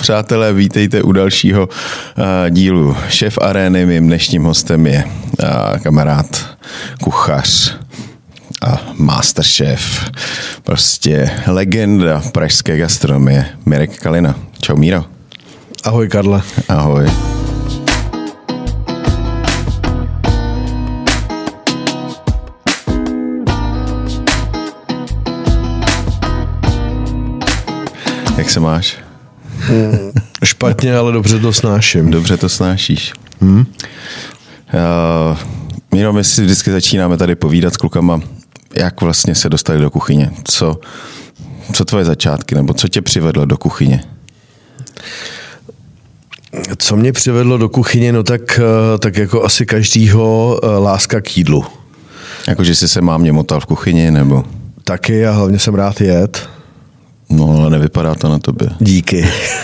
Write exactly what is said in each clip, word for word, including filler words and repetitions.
přátelé, vítejte u dalšího uh, dílu Šéf Arény. Mým dnešním hostem je uh, kamarád, kuchař a masterchef, prostě legenda pražské gastronomie, Mirek Kalina. Čau, Míro. Ahoj, Karle. Ahoj. Jak se máš? Hmm, špatně, ale dobře to snáším. Dobře to snášíš. Hmm? Uh, Míro, my si vždycky začínáme tady povídat s klukama, jak vlastně se dostali do kuchyně. Co, co tvoje začátky, nebo co tě přivedlo do kuchyně? Co mě přivedlo do kuchyně, no tak, tak jako asi každýho láska k jídlu. Jako, že jsi se mámě motal v kuchyni, nebo? Taky a hlavně jsem rád jet. No, ale nevypadá to na tobě. Díky.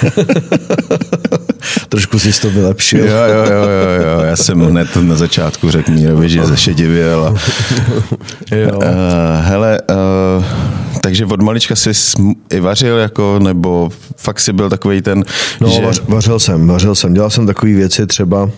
Trošku jsi to vylepšil. Jo, jo, jo, jo, jo. Já jsem hned na začátku řekl Mírovi, že zešedivěl. A... jo. Uh, hele, uh, takže od malička jsi i vařil, jako, nebo fakt jsi byl takovej ten, No, že... vař, vařil jsem, vařil jsem. Dělal jsem takové věci třeba, uh,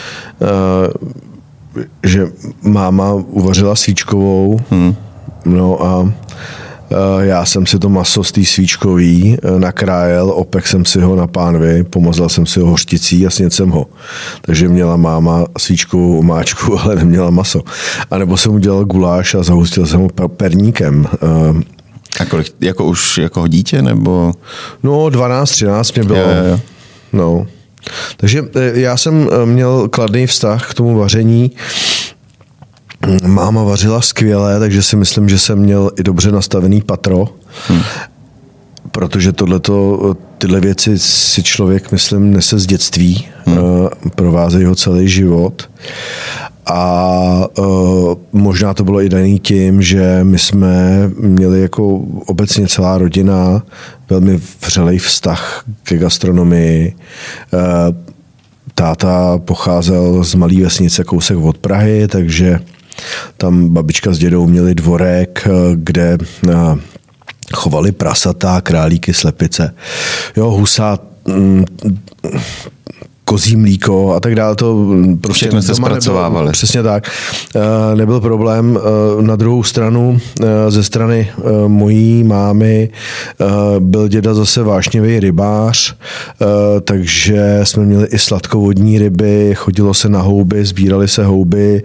že máma uvařila svíčkovou, hmm. no a já jsem si to maso z té svíčkový nakrájel, opek jsem si ho na pánvi, pomazal jsem si ho hořticí a snědl jsem ho. Takže měla máma svíčkovou omáčku, ale neměla maso. A nebo jsem udělal guláš a zahustil jsem ho perníkem. A kolik, jako už jako dítě, nebo? No, dvanáct, třináct mě bylo. Je, je. No. Takže já jsem měl kladný vztah k tomu vaření. Máma vařila skvěle, takže si myslím, že jsem měl i dobře nastavený patro, hmm. protože tohleto, tyhle věci si člověk, myslím, nese z dětství, hmm. provázejí ho celý život. A uh, možná to bylo i daný tím, že my jsme měli jako obecně celá rodina velmi vřelej vztah ke gastronomii. Uh, táta pocházel z malé vesnice kousek od Prahy, takže tam babička s dědou měli dvorek, kde chovali prasata, králíky, slepice. Jo, husa, kozí mlíko a tak dále. To prostě všechno jste zpracovávali. Nebyl, přesně tak. Nebyl problém. Na druhou stranu, ze strany mojí mámy byl děda zase vášnivý rybář, takže jsme měli i sladkovodní ryby, chodilo se na houby, sbírali se houby.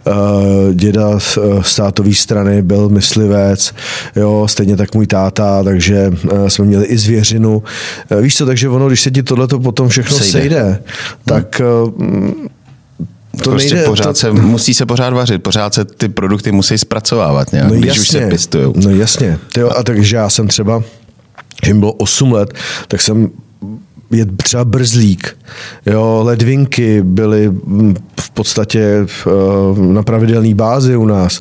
Děda z tátový strany byl myslivec, jo, stejně tak můj táta, takže jsme měli i zvěřinu. Víš co, takže ono, když se ti tohleto potom všechno sejde, sejde tak to prostě nejde, pořád to... se, musí se pořád vařit, pořád se ty produkty musí zpracovávat nějak, no když jasně, už se pěstujou. No jasně. Tyjo, a takže já jsem třeba, když mi bylo osm let, tak jsem je třeba brzlík. Jo, ledvinky byly v podstatě na pravidelné bázi u nás.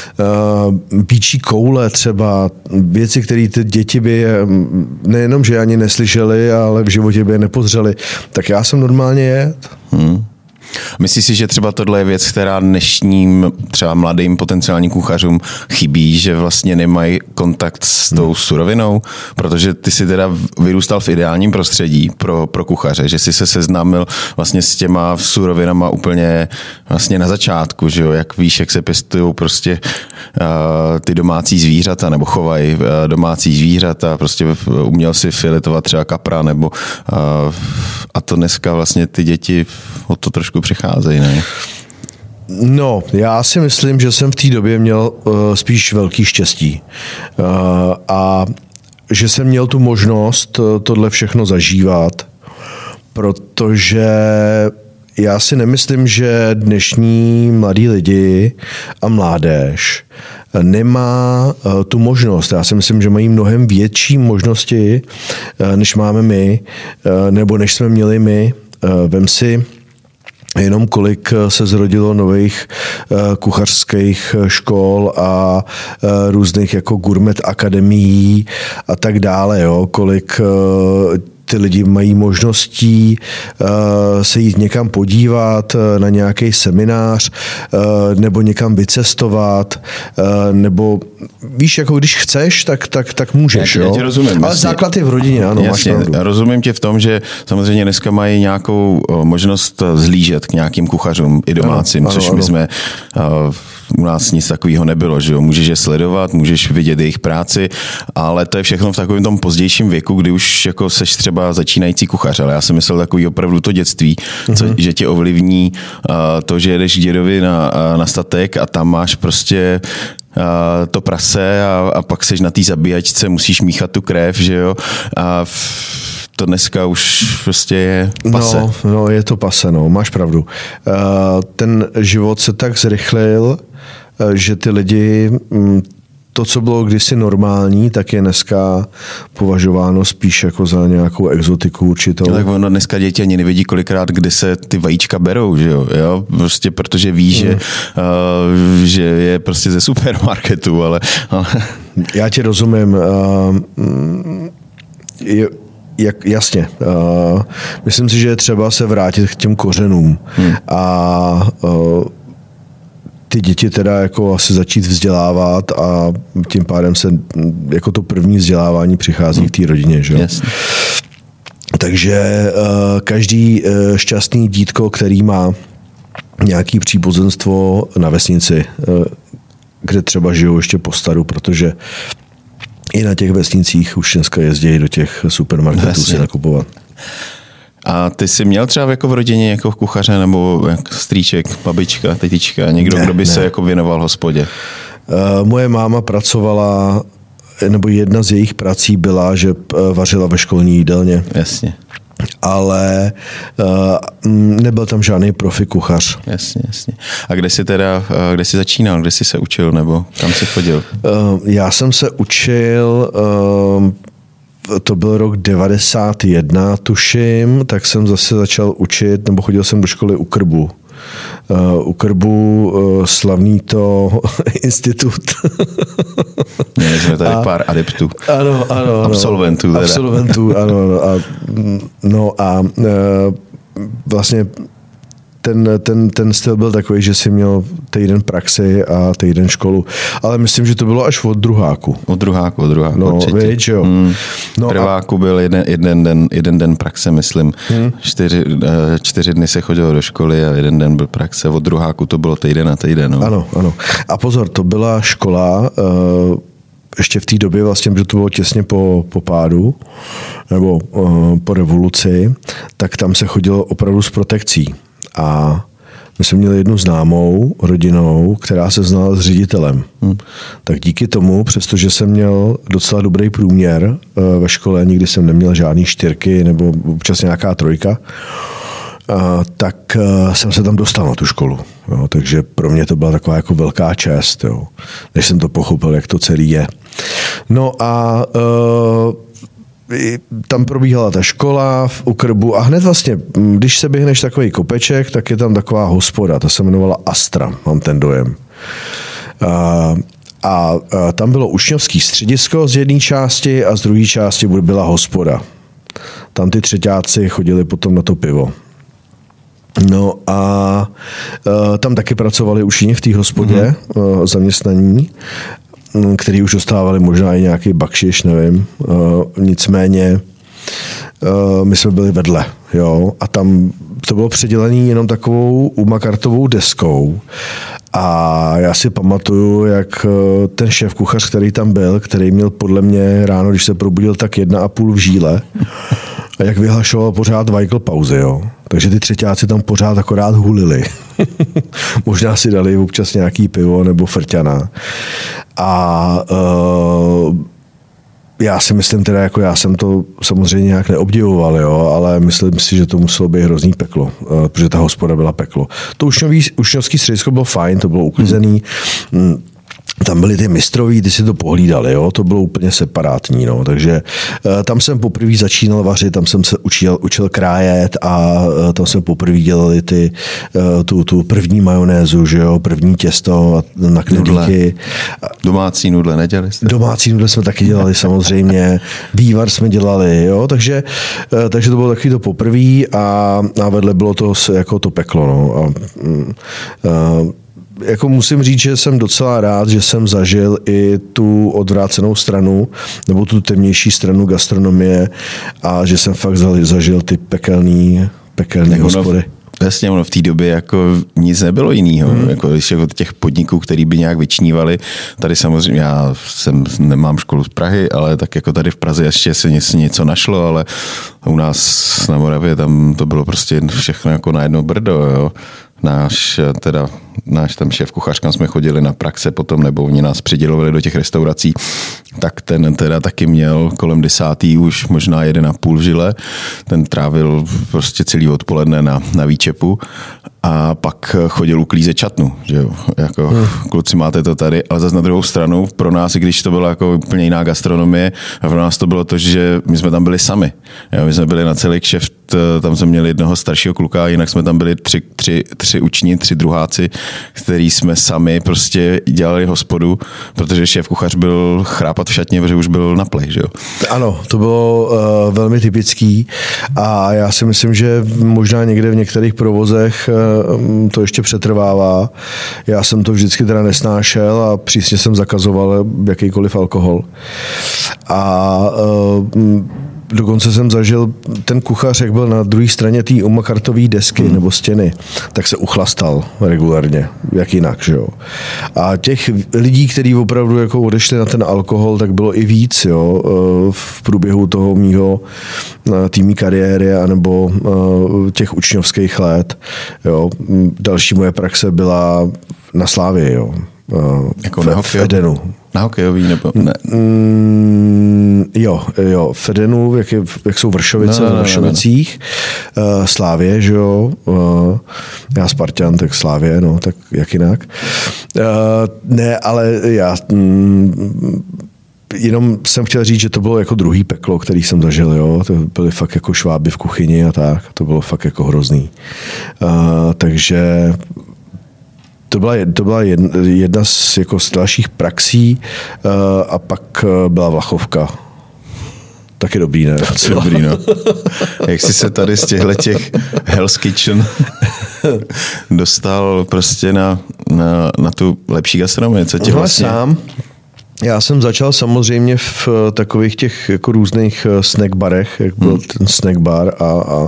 Píčí koule třeba, věci, které ty děti by nejenom, že ani neslyšeli, ale v životě by je nepozřeli. Tak já jsem normálně jet. Hmm. Myslíš si, že třeba tohle je věc, která dnešním třeba mladým potenciálním kuchařům chybí, že vlastně nemají kontakt s tou surovinou? Protože ty si teda vyrůstal v ideálním prostředí pro, pro kuchaře, že jsi se seznámil vlastně s těma surovinama úplně vlastně na začátku, že jo? Jak víš, jak se pěstují prostě uh, ty domácí zvířata, nebo chovají uh, domácí zvířata, prostě uměl si filetovat třeba kapra, nebo uh, a to dneska vlastně ty děti o to trošku přicházejí, ne? No, já si myslím, že jsem v té době měl uh, spíš velký štěstí. Uh, a že jsem měl tu možnost uh, tohle všechno zažívat, protože já si nemyslím, že dnešní mladí lidi a mládež nemá uh, tu možnost. Já si myslím, že mají mnohem větší možnosti, uh, než máme my, uh, nebo než jsme měli my. Uh, vem si jenom kolik se zrodilo nových kuchařských škol a různých jako gourmet akademií a tak dále, jo, kolik ty lidi mají možností uh, se jít někam podívat, uh, na nějaký seminář, uh, nebo někam vycestovat, uh, nebo víš, jako když chceš, tak, tak, tak můžeš. Já, jo? já tě rozumím. Ale jasně. základ je v rodině, ano. Jasně, máš pravdu. rozumím tě v tom, že samozřejmě dneska mají nějakou uh, možnost zhlížet k nějakým kuchařům i domácím, ano, což ano, my ano. jsme uh, u nás nic takového nebylo, že jo? Můžeš je sledovat, můžeš vidět jejich práci, ale to je všechno v takovém tom pozdějším věku, kdy už jako seš třeba začínající kuchař, ale já jsem myslel takový opravdu to dětství, mm-hmm. co, že tě ovlivní uh, to, že jedeš k dědovi na, uh, na statek a tam máš prostě uh, to prase a, a pak seš na té zabíjačce, musíš míchat tu krev, že jo? A v, to dneska už prostě je pase. No, no je to pase, no, máš pravdu. Uh, ten život se tak zrychlil, že ty lidi, to, co bylo kdysi normální, tak je dneska považováno spíš jako za nějakou exotiku určitou. Tak ono dneska děti ani nevědí kolikrát, kde se ty vajíčka berou, že jo? jo? Prostě protože ví, hmm. že, uh, že je prostě ze supermarketu, ale... ale... Já ti rozumím. Uh, je, jak, jasně. Uh, myslím si, že je třeba se vrátit k těm kořenům. Hmm. A uh, ty děti teda jako asi začít vzdělávat a tím pádem se jako to první vzdělávání přichází v té rodině, že? Jasně. Takže uh, každý uh, šťastný dítko, který má nějaký příbuzenstvo na vesnici, uh, kde třeba žijou ještě po staru, protože i na těch vesnicích už dneska jezdí do těch supermarketů Jasně. si nakupovat. A ty jsi měl třeba jako v rodině jako kuchaře nebo jako strýček, babička, tetička, někdo, ne, kdo by ne. se jako věnoval hospodě? Uh, moje máma pracovala, nebo jedna z jejich prací byla, že vařila ve školní jídelně. Jasně. Ale uh, nebyl tam žádný profi kuchař. Jasně, jasně. A kde jsi teda, kde jsi začínal, kde jsi se učil, nebo kam jsi chodil? Uh, já jsem se učil... Uh, to byl rok devadesát jedna, tuším, tak jsem zase začal učit, nebo chodil jsem do školy u Krbu. Uh, u Krbu uh, slavný to institut. Měli jsme tady a, pár adeptů. Ano, ano. ano absolventů. Teda. Absolventů, ano. ano a, no a uh, vlastně ten, ten, ten styl byl takový, že si měl týden praxi a týden školu. Ale myslím, že to bylo až od druháku. Od druháku, od druháku, no, určitě. Víč, jo. Hmm. No Prváku a... byl jeden, jeden, den, jeden den praxe, myslím. Hmm. Čtyři, čtyři dny se chodilo do školy a jeden den byl praxe. Od druháku to bylo týden a týden. No. Ano, ano. A pozor, to byla škola... Uh, ještě v té době vlastně, že to bylo těsně po, po pádu nebo uh, po revoluci, tak tam se chodilo opravdu s protekcí. A my jsme měli jednu známou rodinou, která se znala s ředitelem. Hmm. Tak díky tomu, přestože jsem měl docela dobrý průměr uh, ve škole, nikdy jsem neměl žádný čtyřky nebo občas nějaká trojka, uh, tak uh, jsem se tam dostal na tu školu. Jo, takže pro mě to byla taková jako velká čest, jo, než jsem to pochopil, jak to celý je. No a uh, tam probíhala ta škola u Krbu a hned vlastně, když se běhneš takový kopeček, tak je tam taková hospoda, ta se jmenovala Astra, mám ten dojem. Uh, a, a tam bylo učňovský středisko z jedné části a z druhé části byla hospoda. Tam ty třeťáci chodili potom na to pivo. No a uh, tam taky pracovali už jiní v té hospodě, mm-hmm. uh, zaměstnaní, který už dostávali možná i nějaký bakšiš, nevím. Uh, nicméně uh, my jsme byli vedle, jo, a tam to bylo předělené jenom takovou umakartovou deskou. A já si pamatuju, jak ten šéf kuchař, který tam byl, který měl podle mě ráno, když se probudil, tak jedna a půl v žíle, a jak vyhlašoval pořád vajkl pauzy, jo. Takže ty třeťáci tam pořád akorát hulili. Možná si dali občas nějaký pivo nebo frťana. A uh, já si myslím teda, jako já jsem to samozřejmě nějak neobdivoval, jo, ale myslím si, že to muselo být hrozný peklo, uh, protože ta hospoda byla peklo. To učňový, učňovský středisko bylo fajn, to bylo uklizený. Hmm. tam byli ty mistroví, ty si to pohlídali, jo? To bylo úplně separátní, no. Takže uh, tam jsem poprvé začínal vařit, tam jsem se učil, učil krájet a uh, tam jsme poprvé dělali ty, uh, tu, tu první majonézu, že jo? První těsto na knedlíky. Domácí nudle nedělali jste? Domácí nudle jsme taky dělali samozřejmě, vývar jsme dělali, jo? Takže, uh, takže to bylo takový to poprvé a, a vedle bylo to jako to peklo, no. A, uh, Jako musím říct, že jsem docela rád, že jsem zažil i tu odvrácenou stranu, nebo tu temnější stranu gastronomie a že jsem fakt zažil ty pekelný, pekelný hospody. Jasně, ono v té době jako nic nebylo jiného. Hmm. Jako, jako těch podniků, který by nějak vyčnívali. Tady samozřejmě, já jsem, nemám školu z Prahy, ale tak jako tady v Praze ještě se něco, něco našlo, ale u nás na Moravě tam to bylo prostě všechno jako na jedno brdo, jo. Náš, teda, náš tam šéf kuchař, kam jsme chodili na praxe potom, nebo oni nás přidělovali do těch restaurací, tak ten teda taky měl kolem desátý už možná jeden a půl žile. Ten trávil prostě celý odpoledne na, na výčepu a pak chodil uklízet čatnu, že jo, jako hmm. kluci máte to tady, ale zase na druhou stranu pro nás, i když to byla jako úplně jiná gastronomie, a pro nás to bylo to, že my jsme tam byli sami. Jo, my jsme byli na celý kšeft, tam jsme měli jednoho staršího kluka, jinak jsme tam byli tři, tři, tři učni, tři druháci, který jsme sami prostě dělali hospodu, protože šéf kuchař byl chrápat v šatně, protože už byl na play, že jo. Ano, to bylo uh, velmi typický a já si myslím, že možná někde v některých provozech uh, to ještě přetrvává. Já jsem to vždycky teda nesnášel a přísně jsem zakazoval jakýkoliv alkohol. A uh, dokonce jsem zažil, ten kuchař, jak byl na druhé straně té umakartové desky hmm. nebo stěny, tak se uchlastal regulárně, jak jinak, že jo. A těch lidí, kteří opravdu jako odešli na ten alkohol, tak bylo i víc, jo, v průběhu toho mýho týmí kariéry anebo těch učňovských let, jo. Další moje praxe byla na Slávii, jo. Jako v, v Edenu. Na hokejový nebo ne? Mm, jo, jo, v Edenu, jak, je, jak jsou Vršovice, no, no, v Vršovicích, no, no. Uh, Slávě, že jo, uh, já Spartan, tak Slávě, no, tak jak jinak. Uh, ne, ale já mm, jenom jsem chtěl říct, že to bylo jako druhý peklo, který jsem zažil, jo, to byly fakt jako šváby v kuchyni a tak, to bylo fakt jako hrozný. Uh, takže To byla, to byla jedna, jedna z, jako z dalších praxí uh, a pak byla Vlachovka. Taky dobrý, ne? Taky dobrý, no. Jak jsi se tady z těchto těch Hell's Kitchen dostal prostě na, na, na tu lepší gastronomii? Co tě vlastně... sám. Já jsem začal samozřejmě v takových těch jako různých snack barech, jak byl hmm. ten snack bar a, a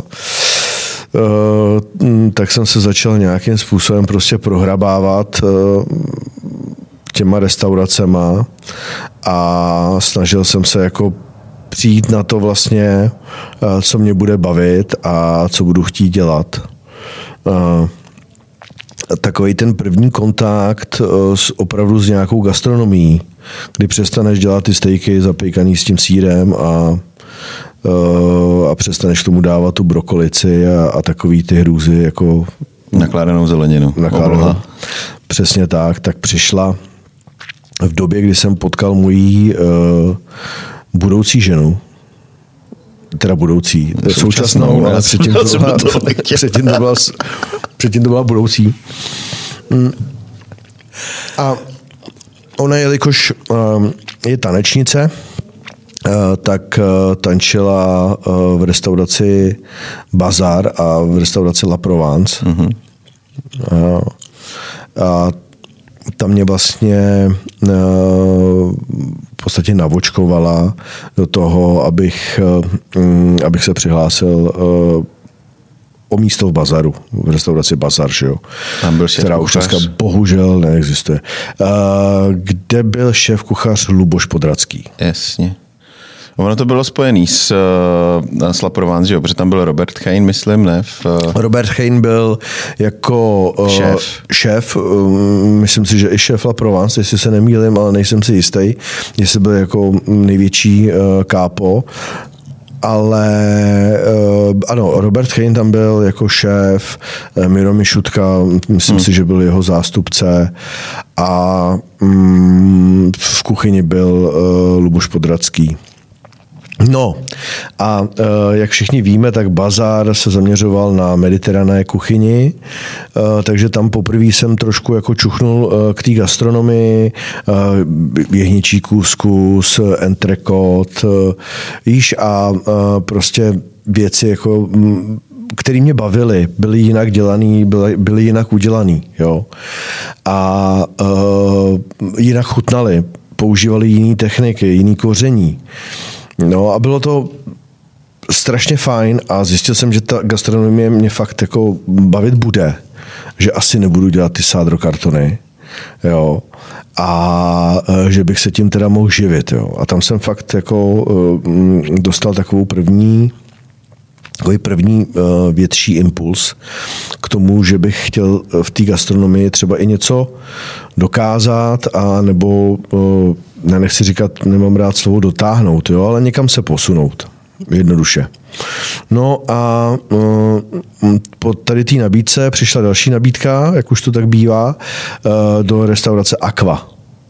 Uh, tak jsem se začal nějakým způsobem prostě prohrabávat uh, těma restauracema a snažil jsem se jako přijít na to vlastně, uh, co mě bude bavit a co budu chtít dělat. Uh, takový ten první kontakt uh, s, opravdu s nějakou gastronomií, kdy přestaneš dělat ty stejky zapékaný s tím sýrem a a přestaneš k tomu dávat tu brokolici a, a takový ty hrůzy jako nakládanou zeleninu. Nakládanou. Přesně tak, tak přišla v době, kdy jsem potkal moji uh, budoucí ženu, teda budoucí, současnou, současnou ale předtím to, byla, předtím, to byla, předtím to byla budoucí. A ona, jelikož uh, je tanečnice, tak tančila v restauraci Bazar a v restauraci La Provence. Mm-hmm. A, a tam mě vlastně v podstatě navočkovala do toho, abych, abych se přihlásil o místo v Bazaru, v restauraci Bazar, že jo? Tam byl šéf která už dneska bohužel neexistuje. Kde byl šéf kuchař Luboš Podradský. Jasně. Ono to bylo spojený s, s La Provence, že jo? Protože tam byl Robert Hein, myslím, ne? V... Robert Hein byl jako šéf. Uh, šéf, um, myslím si, že i šéf La Provence, jestli se nemýlím, ale nejsem si jistý, jestli byl jako největší uh, kápo, ale uh, ano, Robert Chejn tam byl jako šéf, Miro Mišutka, myslím hmm. si, že byl jeho zástupce a mm, v kuchyni byl uh, Luboš Podradský. No a uh, jak všichni víme, tak Bazar se zaměřoval na mediteránské kuchyni, uh, takže tam poprvé jsem trošku jako čuchnul uh, k té gastronomii, uh, jehničí kuskus, entrecot, uh, víš, a uh, prostě věci jako který mě bavily, byly jinak dělaný, byly, byly jinak udělaný, jo. A uh, jinak chutnaly, používali jiné techniky, jiné koření. No a bylo to strašně fajn a zjistil jsem, že ta gastronomie mě fakt jako bavit bude, že asi nebudu dělat ty sádrokartony, jo, a že bych se tím teda mohl živit, jo. A tam jsem fakt jako dostal takovou první takový první větší impuls k tomu, že bych chtěl v té gastronomii třeba i něco dokázat a nebo ne, nechci říkat, nemám rád slovo dotáhnout, jo, ale někam se posunout. Jednoduše. No a uh, po tady té nabídce přišla další nabídka, jak už to tak bývá, uh, do restaurace Aqua.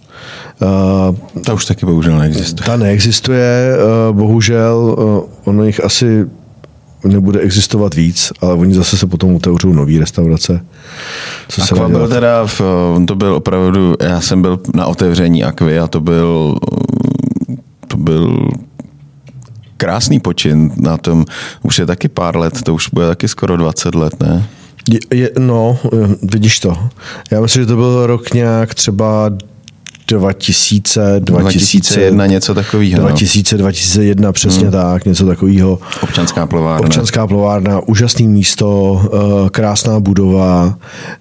Uh, ta už taky bohužel neexistuje. Ta neexistuje, uh, bohužel, uh, ono jich asi nebude existovat víc, ale oni zase se potom otevřou nový restaurace. Co se Aqua byl teda, v, to byl opravdu, já jsem byl na otevření Aquy a to byl, to byl krásný počin na tom, už je taky pár let, to už bude taky skoro dvacet let, ne? Je, je, no, vidíš to. Já myslím, že to byl rok nějak třeba dva tisíce, dva tisíce jedna, něco takového. dva tisíce, dva tisíce jedna, přesně hmm. tak, něco takového. Občanská plovárna. Občanská plovárna, úžasné místo, krásná budova.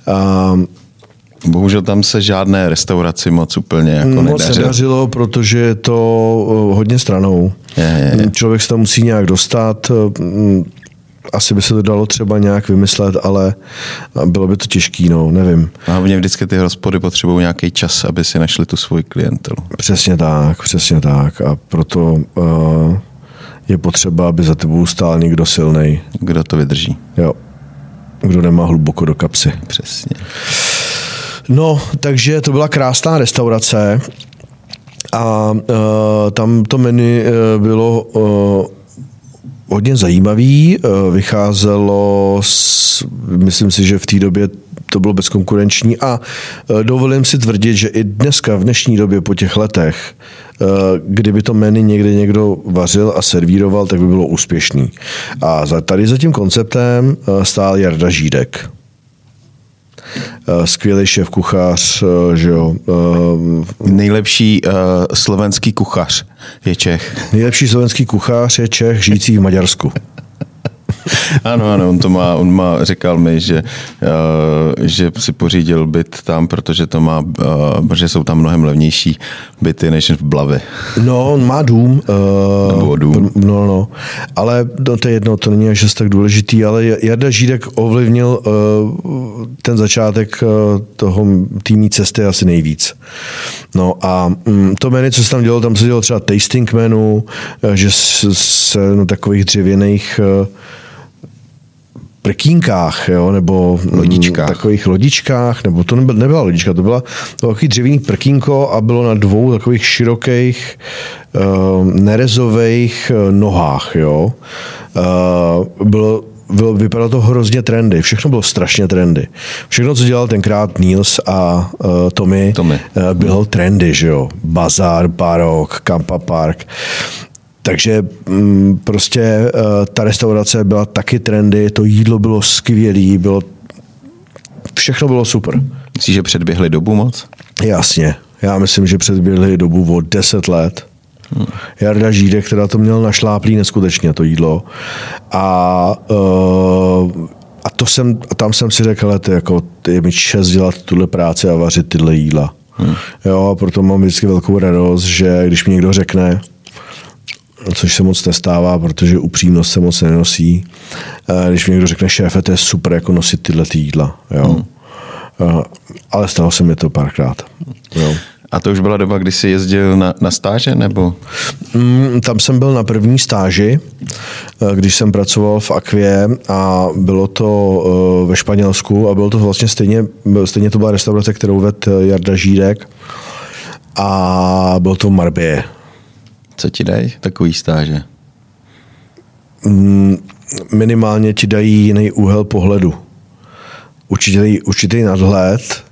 Bohužel tam se žádné restauraci moc úplně jako moc nedařilo. Moc nedařilo, protože je to hodně stranou. Je, je, je. Člověk se tam musí nějak dostat. Asi by se to dalo třeba nějak vymyslet, ale bylo by to těžký, no, nevím. A hlavně vždycky ty hospody potřebují nějaký čas, aby si našli tu svoji klientelu. Přesně tak, přesně tak. A proto uh, je potřeba, aby za tebou stál někdo silnej. Kdo to vydrží. Jo. Kdo nemá hluboko do kapsy. Přesně. No, takže to byla krásná restaurace a uh, tam to menu uh, bylo uh, hodně zajímavý, vycházelo, z, myslím si, že v té době to bylo bezkonkurenční a dovolím si tvrdit, že i dneska, v dnešní době po těch letech, kdyby to menu někde někdo vařil a servíroval, tak by bylo úspěšný. A tady za tím konceptem stál Jarda Žídek. Skvělý šéf kuchař, že jo. Nejlepší uh, slovenský kuchař je Čech. Nejlepší slovenský kuchař je Čech, žijící v Maďarsku. Ano, ano, on to má, on má, říkal mi, že, uh, že si pořídil byt tam, protože to má, uh, protože jsou tam mnohem levnější byty než v Blavě. No, on má dům. Uh, Nebo dům. No, no, ale no, to je jedno, to není až tak důležitý, ale Jarda Žídek ovlivnil uh, ten začátek uh, toho týmí cesty asi nejvíc. No a um, to menu, co se tam dělalo, tam se dělalo třeba tasting menu, uh, že se no, takových dřevěných uh, prkínkách, jo, nebo lodičkách. takových lodičkách, nebo to nebyla lodička, to byla to takový dřevěný prkínko a bylo na dvou takových širokých uh, nerezových nohách, jo. Uh, bylo Bylo, vypadalo to hrozně trendy. Všechno bylo strašně trendy. Všechno, co dělal tenkrát Niels a uh, Tommy, Tommy. Uh, bylo trendy, že jo. Bazar, Barok, Kampa Park. Takže mm, prostě uh, ta restaurace byla taky trendy, to jídlo bylo skvělé, bylo, všechno bylo super. Myslíš, že předběhli dobu moc? Jasně. Já myslím, že předběhli dobu o deset let. Hmm. Jarda Žídek, která to měl našláplý neskutečně, to jídlo. A, uh, a, to jsem, a tam jsem si řekl, to jako, je mi čest dělat tuhle práci a vařit tyhle jídla. Hmm. Jo, a proto mám vždycky velkou radost, že když mi někdo řekne, což se moc nestává, protože upřímnost se moc nenosí, když mi někdo řekne, šéfe, to je super jako nosit tyhle ty jídla. Jo. Hmm. Ale stalo se mi to párkrát. Jo. A to už byla doba, kdy jsi jezdil na, na stáže, nebo? Mm, tam jsem byl na první stáži, když jsem pracoval v Aquě a bylo to ve Španělsku a bylo to vlastně stejně, stejně to byla restaurace, kterou vedl Jarda Žírek a bylo to v Marbě. Co ti dají takový stáže? Mm, minimálně ti dají jiný úhel pohledu. Určitý, určitý nadhled.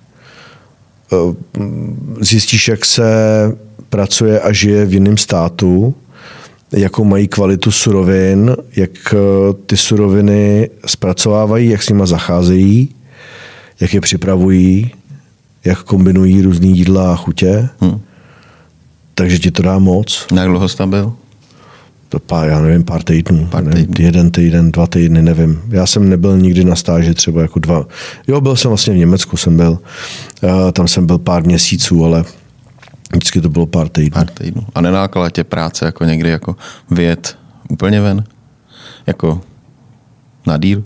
Zjistíš, jak se pracuje a žije v jiném státu, jakou mají kvalitu surovin, jak ty suroviny zpracovávají, jak s nima zacházejí, jak je připravují, jak kombinují různý jídla a chutě. Hmm. Takže ti to dá moc. Jak dlouho jsi tam byl? To pár, já nevím, pár týdnů. Pár nevím, týdnů. Jeden týden, dva týdny, nevím. Já jsem nebyl nikdy na stáži třeba jako dva. Jo, byl jsem vlastně v Německu, jsem byl. Tam jsem byl pár měsíců, ale vždycky to bylo pár týdnů. Pár týdnů. A nenákala tě práce jako někdy jako vyjet úplně ven? Jako na díl?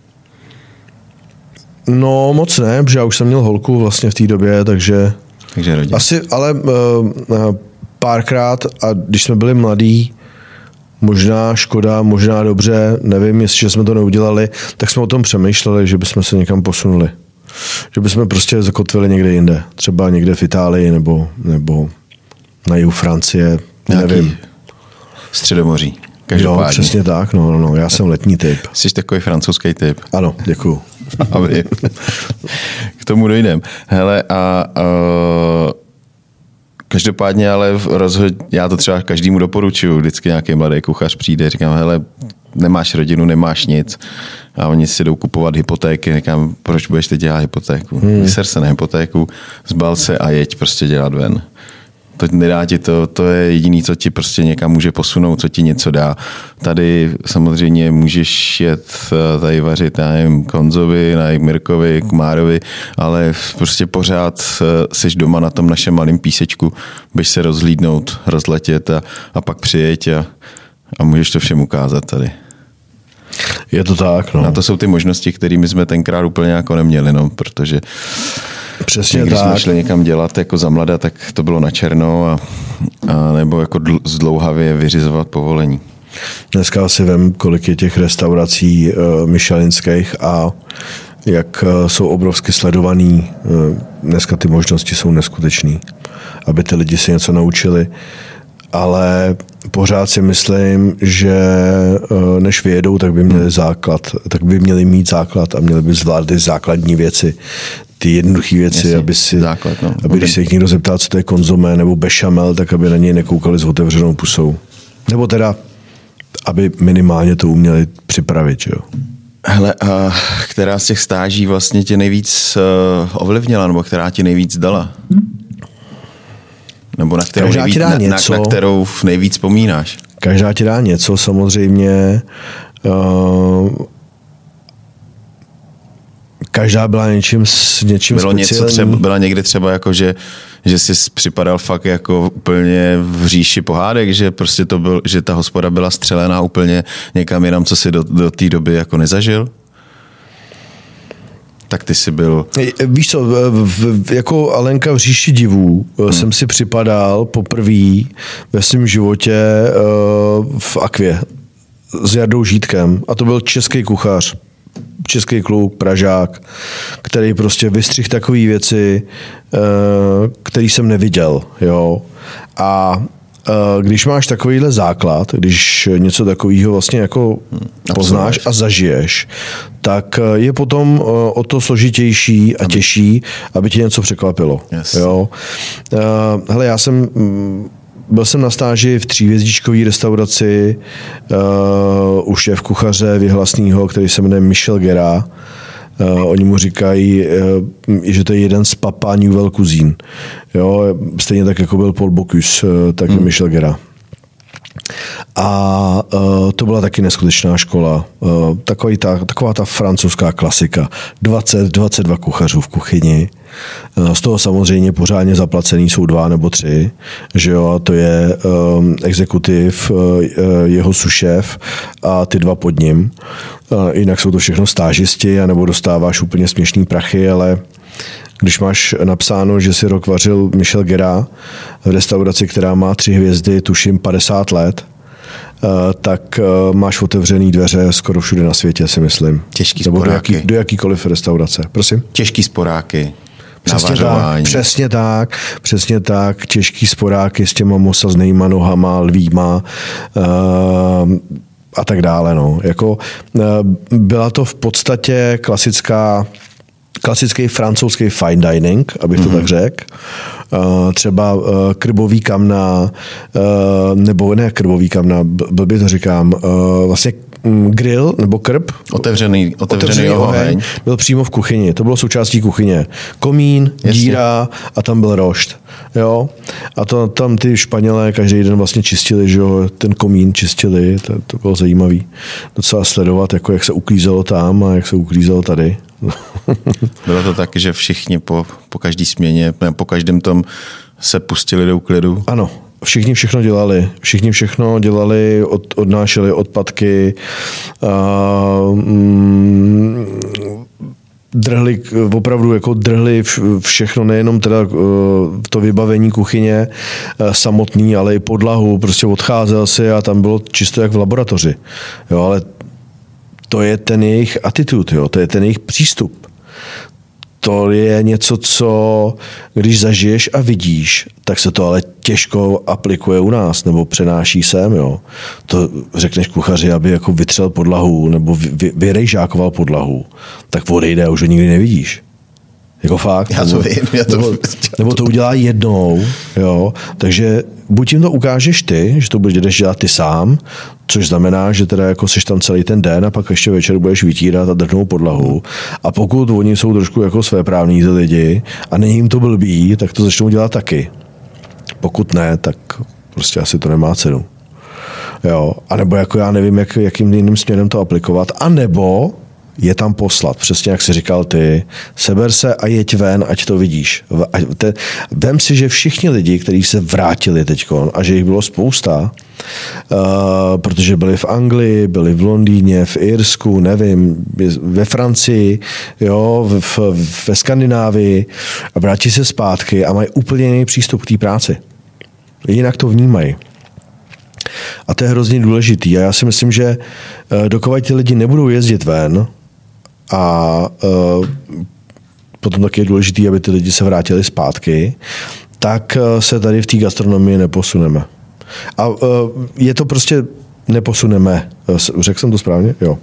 No moc ne, protože já už jsem měl holku vlastně v té době, takže... Takže rodina. Asi, ale uh, párkrát a když jsme byli mladí, možná škoda, možná dobře, nevím, jestli jsme to neudělali, tak jsme o tom přemýšleli, že bychom se někam posunuli. Že bychom prostě zakotvili někde jinde. Třeba někde v Itálii nebo, nebo na jihu Francie, Nějaký nevím. Středomoří. Jo, přesně tak, no, no, no, já jsem letní typ. Jsi takový francouzský typ. Ano, děkuju. Aby k tomu dojdem. Hele, a, a každopádně ale rozhodně, já to třeba každému doporučuju, vždycky nějaký mladý kuchař přijde, říkám, hele, nemáš rodinu, nemáš nic a oni si jdou kupovat hypotéky, říkám, proč budeš teď dělat hypotéku? Hmm. Vyser se na hypotéku, zbal se a jeď prostě dělat ven. To nedá ti to, to je jediný, co ti prostě někam může posunout, co ti něco dá. Tady samozřejmě můžeš jet tady vařit, já nevím, Konzovi, na Mirkovi, Kmárovi, ale prostě pořád seš doma na tom našem malém písečku, běž se rozhlídnout, rozletět a, a pak přijeď a, a můžeš to všem ukázat tady. Je to tak, no. A to jsou ty možnosti, které my jsme tenkrát úplně jako neměli, no, protože přesně když tak. jsme šli někam dělat jako za mlada, tak to bylo na černo a, a nebo jako dl, zdlouhavě vyřizovat povolení. Dneska si vem, kolik je těch restaurací uh, michelinských a jak uh, jsou obrovsky sledovaný. Uh, dneska ty možnosti jsou neskutečný, aby ty lidi se něco naučili. Ale pořád si myslím, že uh, než vyjedou, tak by měli základ, tak by měli mít základ a měli by zvládat základní věci. Ty jednoduché věci, Jasně, aby si, základ, no. aby když se jich někdo zeptá, co to je konzomé nebo bešamel, tak aby na něj nekoukali s otevřenou pusou. Nebo teda, aby minimálně to uměli připravit, jo. Hele, a která z těch stáží vlastně tě nejvíc uh, ovlivnila, nebo která ti nejvíc dala? Nebo na kterou, nejvíc, na, na, na kterou nejvíc vzpomínáš? Každá ti dá něco, samozřejmě. Uh, každá byla něčím, něčím Bylo speciální. Něco třeba, byla někdy třeba jako, že, že jsi připadal fakt jako úplně v říši pohádek, že prostě to byl, že ta hospoda byla střelená úplně někam jinam, co si do, do té doby jako nezažil? Tak ty jsi byl... Víš co, v, v, jako Alenka v říši divů hmm. jsem si připadal poprvé ve svém životě uh, v Aquě s Jardou Žítkem a to byl český kuchař. Český kluk, Pražák, který prostě vystřihl takové věci, který jsem neviděl. Jo. A když máš takovýhle základ, když něco takového vlastně jako poznáš a zažiješ, tak je potom o to složitější a těžší, aby tě něco překvapilo. Yes. Jo. Hele, já jsem... Byl jsem na stáži v tříhvězdičkové restauraci uh, u šéf kuchaře vyhlasného, který se jmenuje Michel Guérat. Uh, oni mu říkají, uh, že to je jeden z papa Nouvelle Cuisine. Jo, stejně tak, jako byl Paul Bocuse, uh, tak je hmm. Michel Guérat. A uh, to byla taky neskutečná škola. Uh, takový ta, taková ta francouzská klasika. dvacet, dvacet dva kuchařů v kuchyni. Uh, z toho samozřejmě pořádně zaplacený jsou dva nebo tři. Že jo, to je um, exekutiv, uh, jeho sušéf a ty dva pod ním. Uh, jinak jsou to všechno stážisti, anebo dostáváš úplně směšný prachy, ale když máš napsáno, že si rok vařil Michel Guérin v restauraci, která má tři hvězdy, tuším padesát let, tak máš otevřený dveře skoro všude na světě, si myslím. Těžký Nebo sporáky. do, jaký, do jakýkoliv restaurace. Prosím? Těžký sporáky. Přesně tak, přesně tak, přesně tak, těžký sporáky s těma mosaznýma nohama, lvíma uh, a tak dále. No. Jako, uh, byla to v podstatě klasická klasický francouzský fine dining, abych to mm-hmm. tak řekl. Uh, třeba uh, krbový kamna, uh, nebo ne krbový kamna, blbě to říkám, uh, vlastně grill nebo krb. Otevřený, otevřený, otevřený oheň. oheň. Byl přímo v kuchyni. To bylo součástí kuchyně. Komín, Jasně. díra a tam byl rošt. Jo? A to, tam ty Španělé každý den vlastně čistili, že jo? Ten komín čistili. To, to bylo zajímavý. Docela sledovat, jako jak se uklízelo tam a jak se uklízelo tady. Bylo to tak, že všichni po, po každý směně, po každém tom se pustili do úklidu? Ano. Všichni všechno dělali. Všichni všechno dělali, od, odnášeli odpadky, uh, mm, drhli, opravdu jako drhli všechno, nejenom teda uh, to vybavení kuchyně uh, samotný, ale i podlahu. Prostě odcházel si a tam bylo čisto jak v laboratoři. Jo, ale to je ten jejich attitude, jo, to je ten jejich přístup. To je něco, co když zažiješ a vidíš, tak se to ale těžko aplikuje u nás, nebo přenáší sem, jo. To řekneš kuchaři, aby jako vytřel podlahu, nebo vy, vyrejžákoval podlahu, tak odejde a už ho nikdy nevidíš. Jako fakt. Já to vím. Já to nebo, nebo to udělá jednou, jo. Takže buď jim to ukážeš ty, že to budeš dělat ty sám, což znamená, že teda jako seš tam celý ten den a pak ještě večer budeš vytírat a drhnout podlahu. A pokud oni jsou trošku jako svéprávní ty lidi a není jim to blbý, tak to začnou dělat taky. Pokud ne, tak prostě asi to nemá cenu. Jo. A nebo jako já nevím, jak, jakým jiným směrem to aplikovat. A nebo je tam poslat, přesně jak jsi říkal ty, seber se a jeď ven, ať to vidíš. Vem si, že všichni lidi, kteří se vrátili teďkon, a že jich bylo spousta, uh, protože byli v Anglii, byli v Londýně, v Irsku, nevím, ve Francii, jo, v, v, ve Skandinávii a vrátí se zpátky a mají úplně jiný přístup k té práci. Jinak to vnímají. A to je hrozně důležitý. A já si myslím, že dokud ty lidi nebudou jezdit ven, a uh, potom taky je důležitý, aby ty lidi se vrátili zpátky, tak se tady v té gastronomii neposuneme. A uh, je to prostě neposuneme. Řekl jsem to správně? Jo.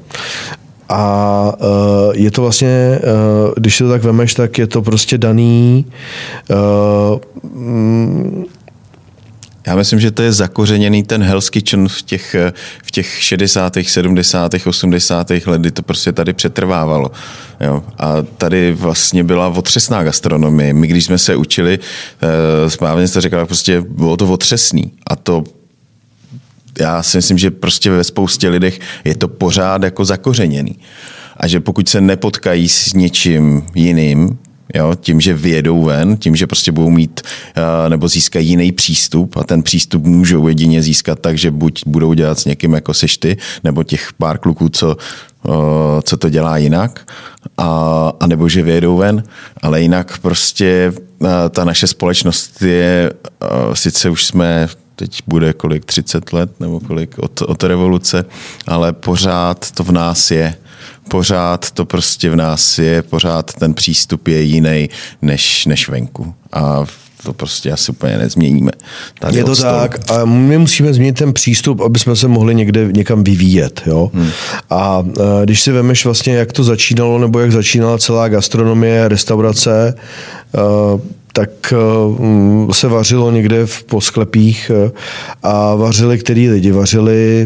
A uh, je to vlastně, uh, když si to tak vemeš, tak je to prostě daný uh, mm, Já myslím, že to je zakořeněný ten Hell's Kitchen v těch, v těch šedesátých, sedmdesátých, osmdesátých let, kdy to prostě tady přetrvávalo. Jo. A tady vlastně byla otřesná gastronomie. My, když jsme se učili, správně jste řekla, prostě bylo to otřesný. A to já si myslím, že prostě ve spoustě lidech je to pořád jako zakořeněný. A že pokud se nepotkají s něčím jiným, jo, tím, že vyjedou ven, tím, že prostě budou mít nebo získají jiný přístup a ten přístup můžou jedině získat tak, že buď budou dělat s někým jako seš ty, nebo těch pár kluků, co, co to dělá jinak, a, a nebo že vyjedou ven, ale jinak prostě ta naše společnost je, sice už jsme, teď bude kolik, třicet let nebo kolik od, od revoluce, ale pořád to v nás je. Pořád to prostě v nás je, pořád ten přístup je jiný než, než venku. A to prostě asi úplně nezměníme. Tady je to tak. A my musíme změnit ten přístup, aby jsme se mohli někde někam vyvíjet. Jo? Hmm. A když si vemeš vlastně, jak to začínalo, nebo jak začínala celá gastronomie, restaurace, tak se vařilo někde v posklepích a vařili který lidi? Vařili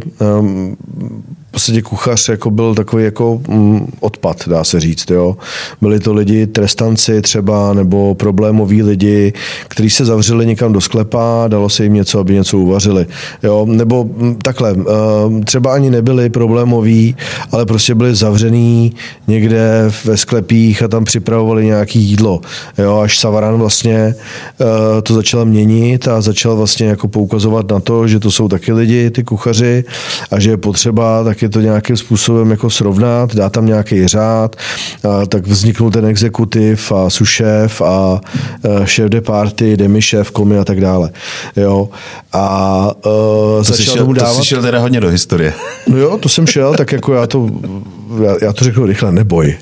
v podstatě kuchař jako byl takový jako mm, odpad, dá se říct. Jo. Byli to lidi, trestanci třeba, nebo problémoví lidi, kteří se zavřeli někam do sklepa, dalo se jim něco, aby něco uvařili. Jo. Nebo mm, takhle, třeba ani nebyli problémoví, ale prostě byli zavřený někde ve sklepích a tam připravovali nějaké jídlo. Jo. Až Savarin vlastně to začal měnit a začal vlastně jako poukazovat na to, že to jsou taky lidi, ty kuchaři, a že je potřeba taky je to nějakým způsobem jako srovnat, dá tam nějaký řád, a tak vzniknul ten exekutiv a sušéf a šéf de party, demi-šéf, komi a tak dále. Jo. A uh, začal tomu dávat... To jsi šel teda hodně do historie. No jo, to jsem šel, tak jako já to, já, já to řeknu rychle, neboj.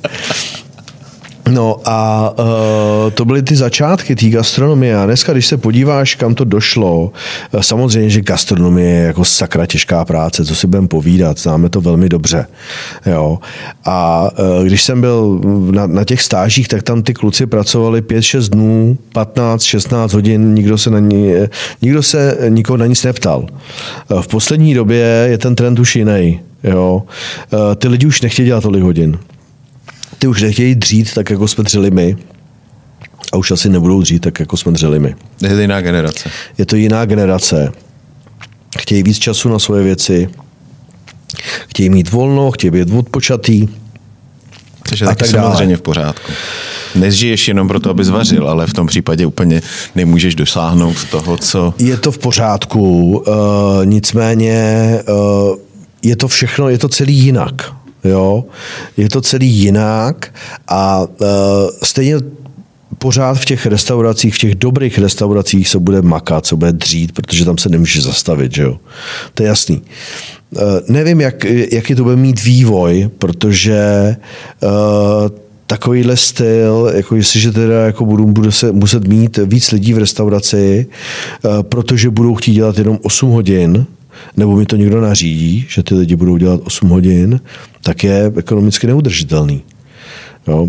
No a uh, to byly ty začátky té gastronomie a dneska, když se podíváš, kam to došlo, samozřejmě, že gastronomie je jako sakra těžká práce, co si budeme povídat, známe to velmi dobře. Jo. A uh, když jsem byl na, na těch stážích, tak tam ty kluci pracovali pět šest dnů, patnáct šestnáct hodin, nikdo se na ní, nikdo se nikoho na nic neptal. V poslední době je ten trend už jiný. Jo. Uh, ty lidi už nechtějí dělat tolik hodin. Ty už nechtějí dřít tak, jako jsme dřeli my. A už asi nebudou dřít tak, jako jsme dřeli my. Je to jiná generace. Je to jiná generace. Chtějí víc času na svoje věci. Chtějí mít volno, chtějí být odpočatý. Což je taky samozřejmě v pořádku. Nežiješ jenom proto, aby zvařil, ale v tom případě úplně nemůžeš dosáhnout toho, co... Je to v pořádku. Uh, nicméně uh, je to všechno, je to celý jinak. Jo, je to celý jinak a uh, stejně pořád v těch restauracích, v těch dobrých restauracích se bude makat, se bude dřít, protože tam se nemůžeš zastavit, že jo. To je jasný. Uh, nevím, jak, jaký to bude mít vývoj, protože uh, takovýhle styl, jako jestliže teda jako budu, budu se muset mít víc lidí v restauraci, uh, protože budou chtít dělat jenom osm hodin, nebo mi to někdo nařídí, že ty lidi budou dělat osm hodin, tak je ekonomicky neudržitelný. Jo.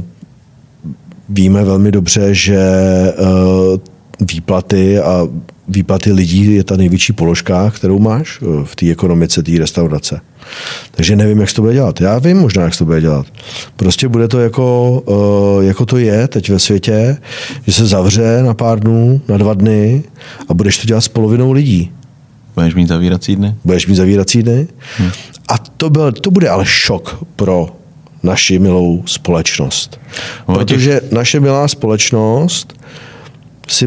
Víme velmi dobře, že uh, výplaty a výplaty lidí je ta největší položka, kterou máš v té ekonomice té restaurace. Takže nevím, jak se to bude dělat. Já vím možná, jak se to bude dělat. Prostě bude to jako, uh, jako to je teď ve světě, že se zavře na pár dnů, na dva dny a budeš to dělat s polovinou lidí. Budeš mít zavírací dny? Budeš mít zavírací dny. Hmm. A to, byl, to bude ale šok pro naši milou společnost. No, protože těch... naše milá společnost si...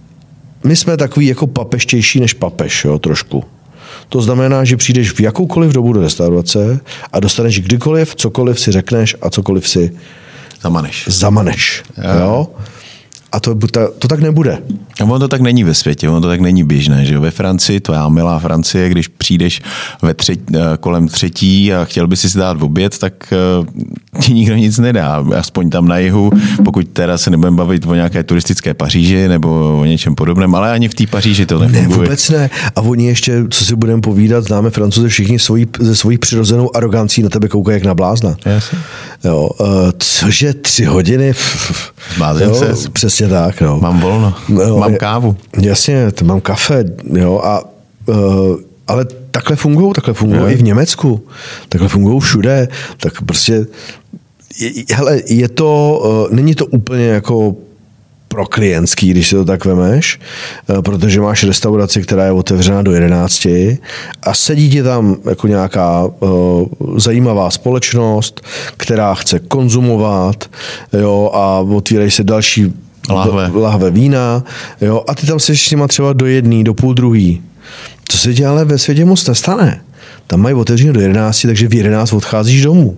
My jsme takový jako papeštější než papež, jo, trošku. To znamená, že přijdeš v jakoukoliv dobu do restaurace a dostaneš kdykoliv, cokoliv si řekneš a cokoliv si zamaneš. zamaneš jo. Jo? A to, to tak nebude. Ono to tak není ve světě, ono to tak není běžné. Že? Ve Francii, tvá milá Francie, když přijdeš ve třetí, kolem třetí a chtěl by si dát v oběd, tak ti nikdo nic nedá. Aspoň tam na jihu, pokud teda se nebudeme bavit o nějaké turistické Paříži nebo o něčem podobném, ale ani v té Paříži to nefunguje. Ne, vůbec ne. A oni ještě, co si budeme povídat, známe Francouze všichni svojí, ze svojí přirozenou arogancí na tebe koukají jak na blázna. Jasně. Jo, cože tři hodiny? Zmázím se. Přesně tak. No. Mám volno. No, mám kávu. Jasně, mám kafe. Jo, a, uh, ale takhle fungují, takhle fungují i v Německu. Takhle fungují všude. Tak prostě, je, hele, je to, uh, není to úplně jako pro klientský, když si to tak vemeš, protože máš restauraci, která je otevřena do jedenácti a sedí ti tam jako nějaká uh, zajímavá společnost, která chce konzumovat, jo, a otvírají se další lahve, lahve vína, jo, a ty tam seš s nima třeba do jedný, do půl druhý. Co se ti ale ve světě moc nestane. Tam mají otevřené do jedenácti, takže v jedenáct odcházíš domů.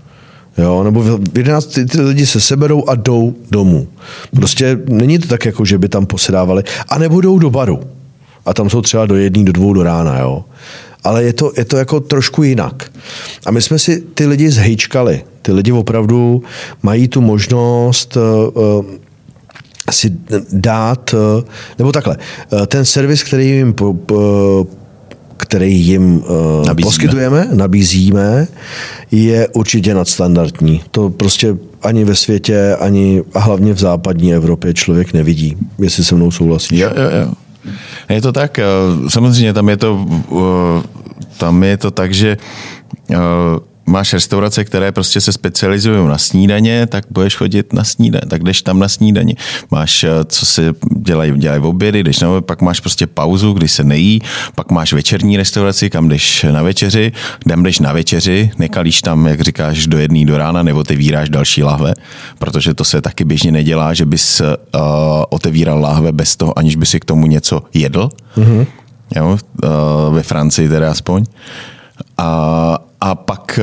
Jo, nebo v jedenáct ty, ty lidi se seberou a jdou domů. Prostě není to tak, jako že by tam posedávali. A nebo jdou do baru. A tam jsou třeba do jedný, do dvou do rána. Jo. Ale je to, je to jako trošku jinak. A my jsme si ty lidi zhejčkali. Ty lidi opravdu mají tu možnost uh, si dát, uh, nebo takhle, uh, ten servis, který jim po, po, který jim uh, nabízíme. poskytujeme, nabízíme, je určitě nadstandardní. To prostě ani ve světě, ani a hlavně v západní Evropě člověk nevidí, jestli se mnou souhlasíš. Jo, jo, jo. Je to tak, samozřejmě tam je to, tam je to tak, že máš restaurace, které prostě se specializují na snídaně, tak budeš chodit na snídaně, tak jdeš tam na snídaně. Máš, co se dělají, dělají v obědy, jdeš na, pak máš prostě pauzu, kdy se nejí, pak máš večerní restauraci, kam jdeš na večeři, kam jdeš na večeři, nekalíš tam, jak říkáš, do jedné do rána, nebo otevíráš další lahve, protože to se taky běžně nedělá, že bys uh, otevíral lahve bez toho, aniž by si k tomu něco jedl. Mm-hmm. Jo, uh, ve Francii teda aspoň. A a pak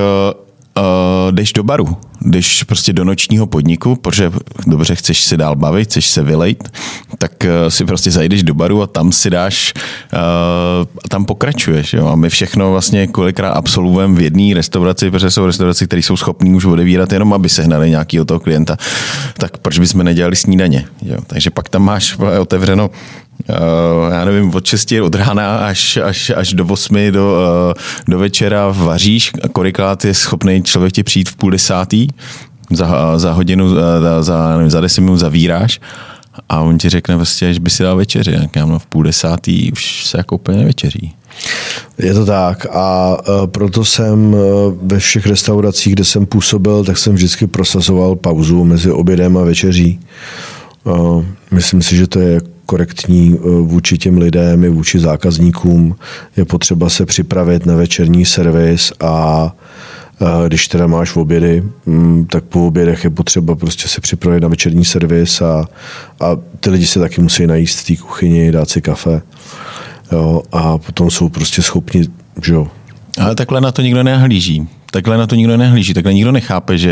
uh, jdeš do baru, jdeš prostě do nočního podniku, protože dobře chceš si dál bavit, chceš se vylejt, tak uh, si prostě zajdeš do baru a tam si dáš, uh, tam pokračuješ. Jo? A my všechno vlastně kolikrát absolvujeme v jedné restauraci, protože jsou restaurace, které jsou schopný už odevírat jenom, aby sehnali nějakého toho klienta. Tak proč bychom nedělali snídaně? Jo? Takže pak tam máš otevřeno Uh, já nevím, od šesti od rána až, až, až do osmi do, uh, do večera vaříš a kolikrát je schopný člověk ti přijít v půl desátý, za, za hodinu, uh, za, nevím, za deset minut zavíráš a on ti řekne vlastně, že by si dal večeři. Jak já v půl desátý už se jako úplně nevečeří. Je to tak a uh, proto jsem uh, ve všech restauracích, kde jsem působil, tak jsem vždycky prosazoval pauzu mezi obědem a večeří. Uh, myslím si, že to je korektní vůči těm lidem i vůči zákazníkům. Je potřeba se připravit na večerní servis a když teda máš v obědy, tak po obědech je potřeba prostě se připravit na večerní servis a, a ty lidi se taky musí najíst v té kuchyni, dát si kafe. Jo, a potom jsou prostě schopni, že jo. Ale takhle na to nikdo nehlíží. Takhle na to nikdo nehlíží, takhle nikdo nechápe, že,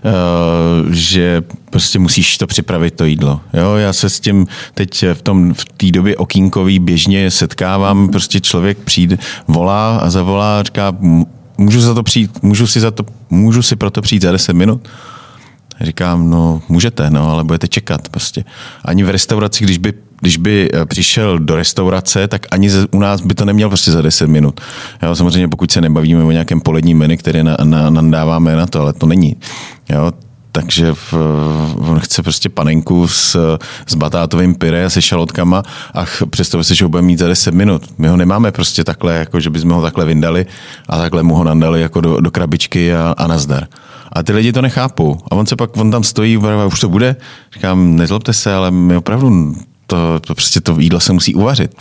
uh, že prostě musíš to připravit, to jídlo. Jo, já se s tím teď v tom v té době okýnkový běžně setkávám, prostě člověk přijde, volá a zavolá a říká, můžu za to přijít, můžu si za to, můžu si proto přijít za deset minut? Říkám, no můžete, no, ale budete čekat prostě. Ani v restauraci, když by Když by přišel do restaurace, tak ani u nás by to neměl prostě za deset minut. Jo, samozřejmě pokud se nebavíme o nějakém poledním menu, které na, na, nadáváme na to, ale to není. Jo, takže v, on chce prostě panenku s, s batátovým pyré a se šalotkama a představuje se, že ho bude mít za deset minut. My ho nemáme prostě takhle, jako že bychom ho takhle vyndali a takhle mu ho nandali jako do, do krabičky a, a nazdar. A ty lidi to nechápou. A on se pak, on tam stojí, už to bude. Říkám, nezlobte se, ale my opravdu To, to prostě to jídlo se musí uvařit.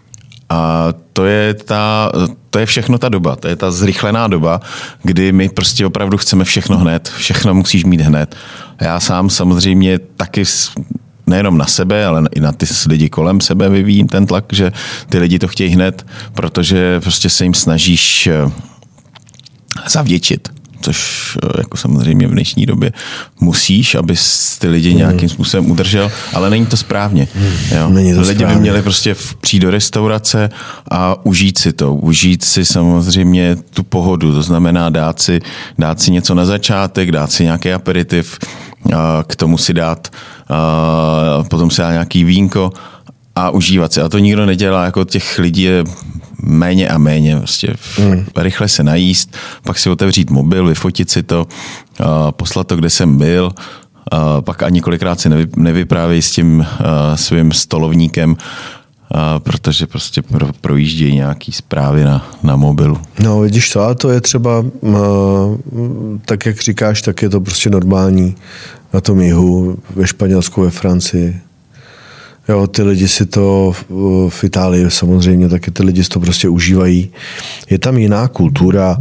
A to je, ta, to je všechno ta doba, to je ta zrychlená doba, kdy my prostě opravdu chceme všechno hned, všechno musíš mít hned. Já sám samozřejmě taky nejenom na sebe, ale i na ty lidi kolem sebe vyvíjím ten tlak, že ty lidi to chtějí hned, protože prostě se jim snažíš zavděčit. Což jako samozřejmě v dnešní době musíš, aby ty lidi nějakým způsobem udržel, ale není to správně. Jo. Není to lidi správně. By měli prostě přijít do restaurace a užít si to. Užít si samozřejmě tu pohodu, to znamená dát si, dát si něco na začátek, dát si nějaký aperitiv, k tomu si dát, potom si dát nějaký vínko a užívat si. A to nikdo nedělá, jako těch lidí je méně a méně. Prostě mm. rychle se najíst, pak si otevřít mobil, vyfotit si to, uh, poslat to, kde jsem byl, uh, pak ani kolikrát si nevy, nevyprávějí s tím uh, svým stolovníkem, uh, protože prostě pro, projíždějí nějaký zprávy na, na mobilu. No vidíš to, a to je třeba, uh, tak jak říkáš, tak je to prostě normální na tom jihu, ve Španělsku, ve Francii. Jo, ty lidi si to v Itálii samozřejmě, taky ty lidi si to prostě užívají. Je tam jiná kultura,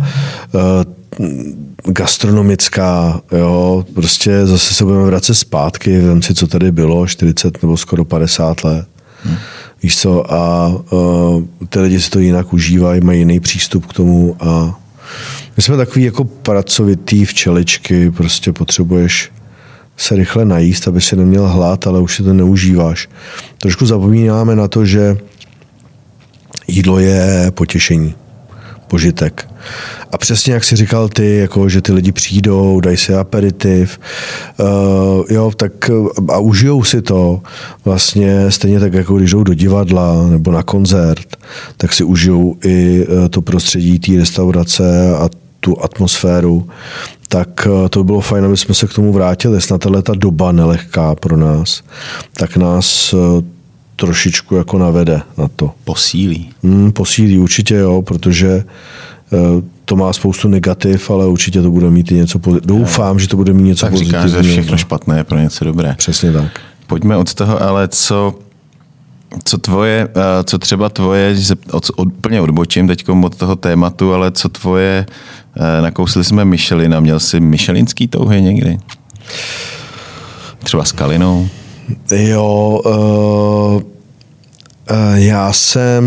gastronomická, jo, prostě zase se budeme vracet zpátky, vem si, co tady bylo, čtyřicet nebo skoro padesát let. Hmm. Víš co, a uh, ty lidi si to jinak užívají, mají jiný přístup k tomu a my jsme takový jako pracovitý včeličky, prostě potřebuješ se rychle najíst, aby si neměl hlad, ale už si to neužíváš. Trošku zapomínáme na to, že jídlo je potěšení, požitek. A přesně jak jsi říkal ty, jako, že ty lidi přijdou, dají si aperitiv, uh, jo, tak a užijou si to vlastně stejně tak, jako když jdou do divadla nebo na koncert, tak si užijou i to prostředí té restaurace a tu atmosféru. Tak to by bylo fajn, aby jsme se k tomu vrátili. Snad ta doba nelehká pro nás, tak nás trošičku jako navede na to. Posílí. Hmm, posílí, určitě jo, protože to má spoustu negativ, ale určitě to bude mít i něco pozitivního. Doufám, že to bude mít něco pozitivního. Tak říkáš, že všechno špatné je pro něco dobré. Přesně tak. Pojďme od toho, ale co... Co tvoje, co třeba tvoje, že se od, úplně odbočím teď od toho tématu, ale co tvoje, nakousli jsme Michelina, měl jsi michelinský touhy někdy? Třeba s Kalinou? Jo, uh, Já jsem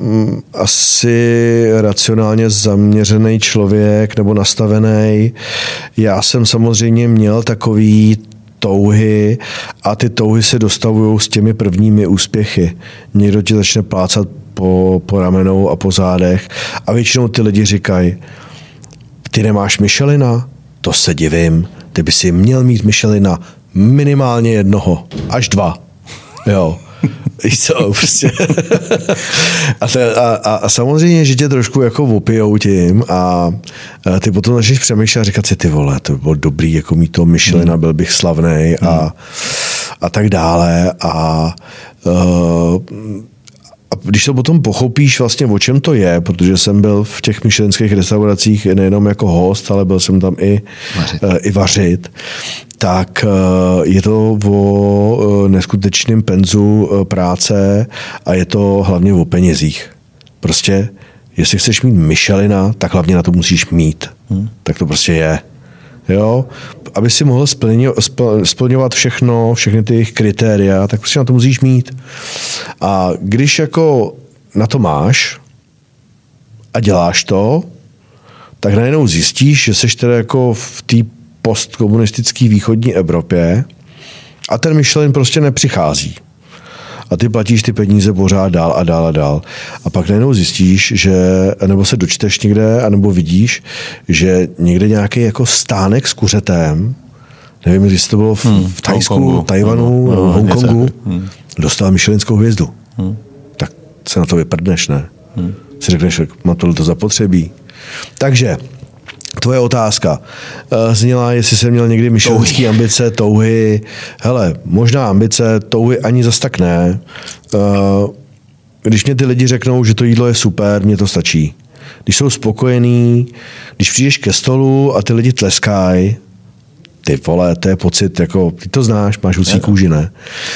asi racionálně zaměřený člověk nebo nastavený. Já jsem samozřejmě měl takový touhy a ty touhy se dostavují s těmi prvními úspěchy. Někdo ti začne plácat po, po ramenou a po zádech a většinou ty lidi říkají, ty nemáš Michelina? To se divím. Ty by si měl mít Michelina minimálně jednoho, až dva. Jo. Víš co, prostě. a, te, a, a, a samozřejmě, že tě trošku jako opijou tím a, a ty potom začneš přemýšlet a říkat si, ty vole, to by bylo dobrý, jako mít toho Michelina, byl bych slavnej a, a tak dále a uh, A když to potom pochopíš vlastně, o čem to je, protože jsem byl v těch michelinských restauracích nejenom jako host, ale byl jsem tam i vařit, i vařit tak je to o neskutečném penzu práce a je to hlavně o penězích. Prostě, jestli chceš mít Michelina, tak hlavně na to musíš mít. Hmm. Tak to prostě je. Jo? Aby si mohl splňovat všechno, všechny ty jejich kritéria, tak prostě na to musíš mít. A když jako na to máš a děláš to, tak najednou zjistíš, že seš teda jako v té postkomunistické východní Evropě a ten Michelin prostě nepřichází. A ty platíš ty peníze pořád dál a dál a dál. A pak najednou zjistíš, že, nebo se dočteš někde, anebo vidíš, že někde nějaký jako stánek s kuřetem, nevím, jestli to bylo v, hmm, v Thajsku, Tajvanu, no, no, Hongkongu, hmm. dostal michelinskou hvězdu. Hmm. Tak se na to vyprdneš, ne? Hmm. Si řekneš, mám tohleto zapotřebí. Takže tvoje otázka zněla, jestli jsem měl někdy michelinský ambice, touhy. Hele, možná ambice, touhy ani zas tak ne. Když mě ty lidi řeknou, že to jídlo je super, mně to stačí. Když jsou spokojení, když přijdeš ke stolu a ty lidi tleskají, ty vole, to je pocit, jako, ty to znáš, máš husí kůži, ne?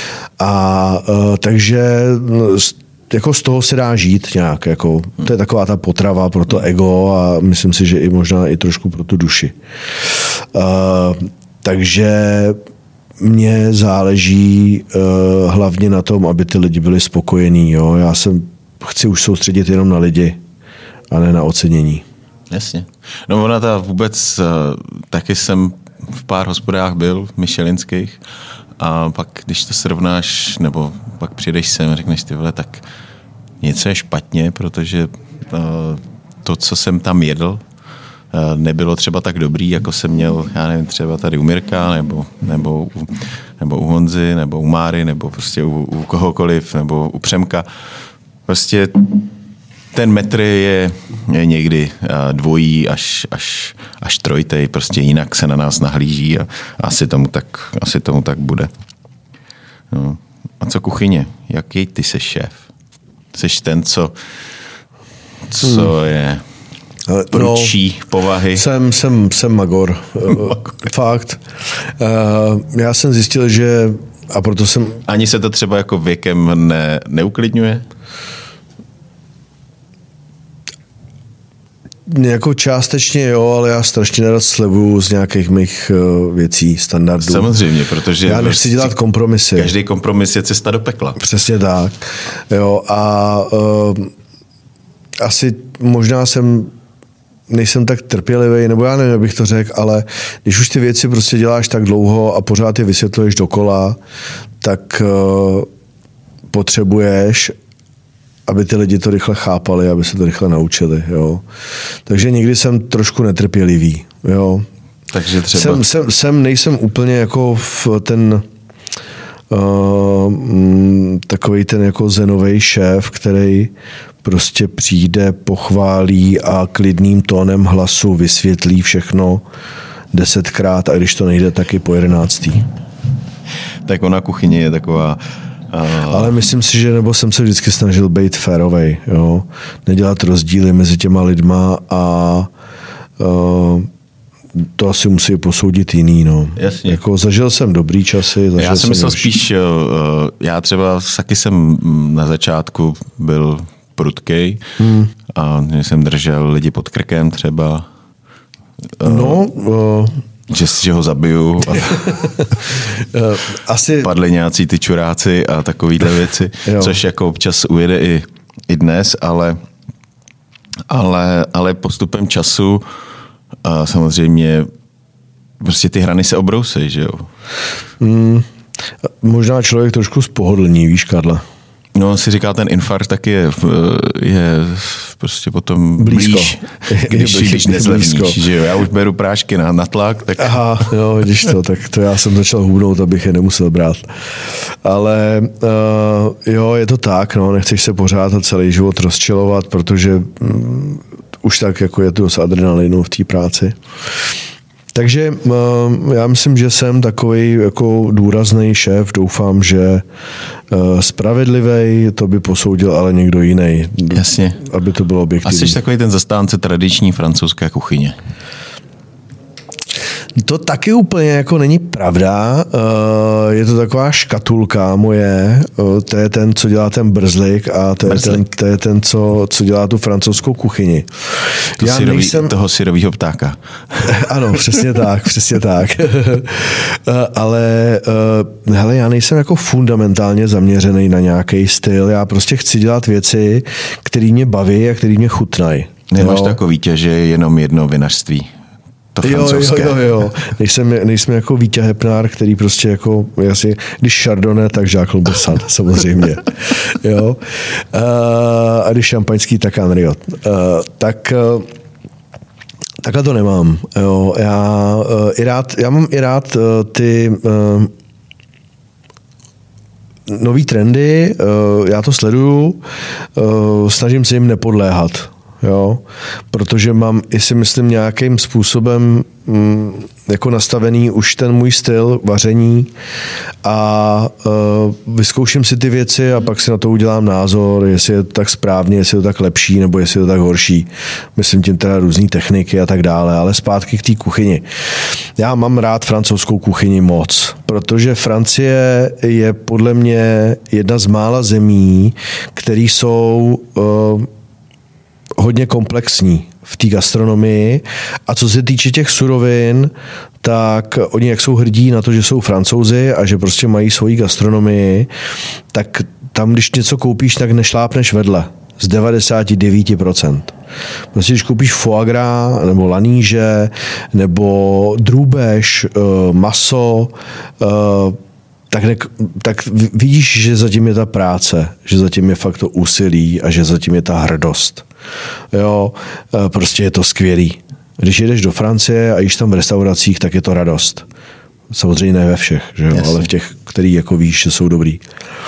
A takže jako z toho se dá žít nějak, jako, to je taková ta potrava pro to ego a myslím si, že i možná i trošku pro tu duši. Uh, takže mně záleží uh, hlavně na tom, aby ty lidi byli spokojení. Jo? Já jsem chci už soustředit jenom na lidi a ne na ocenění. Jasně. No ona ta vůbec, uh, taky jsem v pár hospodách byl, michelinských, a pak, když to srovnáš, nebo pak přijdeš sem a řekneš, ty vole, tak něco je špatně, protože uh, to, co jsem tam jedl, uh, nebylo třeba tak dobrý, jako jsem měl, já nevím, třeba tady u Mirka, nebo, nebo, u, nebo u Honzy, nebo u Máry, nebo prostě u, u kohokoliv, nebo u Přemka. Prostě ten metr je, je někdy uh, dvojí až, až, až trojtej, prostě jinak se na nás nahlíží a asi tomu tak, asi tomu tak bude. No. A co kuchyně? Jaký ty jsi šéf? Jsi ten, co, co je prudší no, povahy? Jsem, jsem, jsem magor. Fakt. Uh, já jsem zjistil, že a proto jsem... Ani se to třeba jako věkem ne, neuklidňuje? Jako částečně jo, ale já strašně nerad slevuju z nějakých mých uh, věcí, standardů. Samozřejmě, protože... Já nechci dělat kompromisy. Každý kompromis je cesta do pekla. Přesně tak. Jo, a uh, asi možná jsem nejsem tak trpělivý, nebo já nevím, jak bych to řekl, ale když už ty věci prostě děláš tak dlouho a pořád je vysvětluješ dokola, tak uh, potřebuješ, aby ty lidi to rychle chápali, aby se to rychle naučili. Jo. Takže někdy jsem trošku netrpělivý. Jo. Takže třeba... Jsem, jsem, jsem, nejsem úplně jako v ten uh, takovej ten jako zenovej šéf, který prostě přijde, pochválí a klidným tónem hlasu vysvětlí všechno desetkrát a když to nejde, taky po jedenáctý. Tak ona kuchyně je taková... Uh... Ale myslím si, že nebo jsem se vždycky snažil být férovej, jo. Nedělat rozdíly mezi těma lidma a uh, to asi musí posoudit jiný, no. Jasně. Jako zažil jsem dobrý časy. Zažil já jsem myslel lepší. spíš, uh, já třeba taky jsem na začátku byl prudkej hmm. a jsem držel lidi pod krkem třeba. Uh... No, uh... že, že ho zabiju. A Asi... padli nějací ty čuráci a takovýhle věci, což jako občas ujede i, i dnes, ale, ale, ale postupem času a samozřejmě prostě ty hrany se obrousejí, že jo? Mm, možná člověk trošku spohodlní, víš, Karle. No, si říká, ten infarkt taky je, je prostě potom blízko. Blíž, když, je, když nezlevníš, že jo? Já už beru prášky na, na tlak. Tak... Aha, jo, vidíš to, tak to já jsem začal hubnout, abych je nemusel brát. Ale uh, jo, je to tak, no, nechceš se pořád celý život rozčilovat, protože um, už tak jako je to dost adrenalinu v té práci. Takže já myslím, že jsem takový jako důrazný šéf. Doufám, že spravedlivý, to by posoudil ale někdo jiný. Jasně. Aby to bylo objektivní. A jsi takový ten zastánce tradiční francouzské kuchyně. To taky úplně jako není pravda. Je to taková škatulka moje. To je ten, co dělá ten brzlik a to je brzlik. ten, to je ten co, co dělá tu francouzskou kuchyni. To Já syrový, nejsem... Toho syrovýho ptáka. Ano, přesně tak, přesně tak. Ale hele, já nejsem jako fundamentálně zaměřený na nějaký styl. Já prostě chci dělat věci, které mě baví a které mě chutnají. Nemáš takový tě, že je jenom jedno vinařství. Jo, jo, jo, jo. Nejsem, nejsme jako Vítě Hepnár, který prostě jako, jasně, když Chardonnay, tak Jacques Loubessan, samozřejmě. Jo. A když šampaňský, tak Henriot. Tak takhle to nemám. Jo. Já, i rád, já mám i rád ty nový trendy, já to sleduju, snažím se jim nepodléhat. Jo, protože mám i si myslím nějakým způsobem mm, jako nastavený už ten můj styl vaření a uh, vyzkouším si ty věci a pak si na to udělám názor, jestli je to tak správně, jestli je to tak lepší nebo jestli je to tak horší. Myslím tím teda různý techniky a tak dále, ale zpátky k té kuchyni. Já mám rád francouzskou kuchyni moc, protože Francie je podle mě jedna z mála zemí, které jsou uh, hodně komplexní v té gastronomii a co se týče těch surovin, tak oni jak jsou hrdí na to, že jsou Francouzi a že prostě mají svoji gastronomii, tak tam, když něco koupíš, tak nešlápneš vedle. Z devadesát devět procent. Prostě když koupíš foie gras, nebo laníže, nebo drůbež, maso, tak, ne, tak vidíš, že zatím je ta práce, že zatím je fakt to úsilí a že zatím je ta hrdost. Jo, prostě je to skvělý. Když jedeš do Francie a jíš tam v restauracích, tak je to radost. Samozřejmě ne ve všech, že jo? Ale v těch, který jako víš, že jsou dobrý.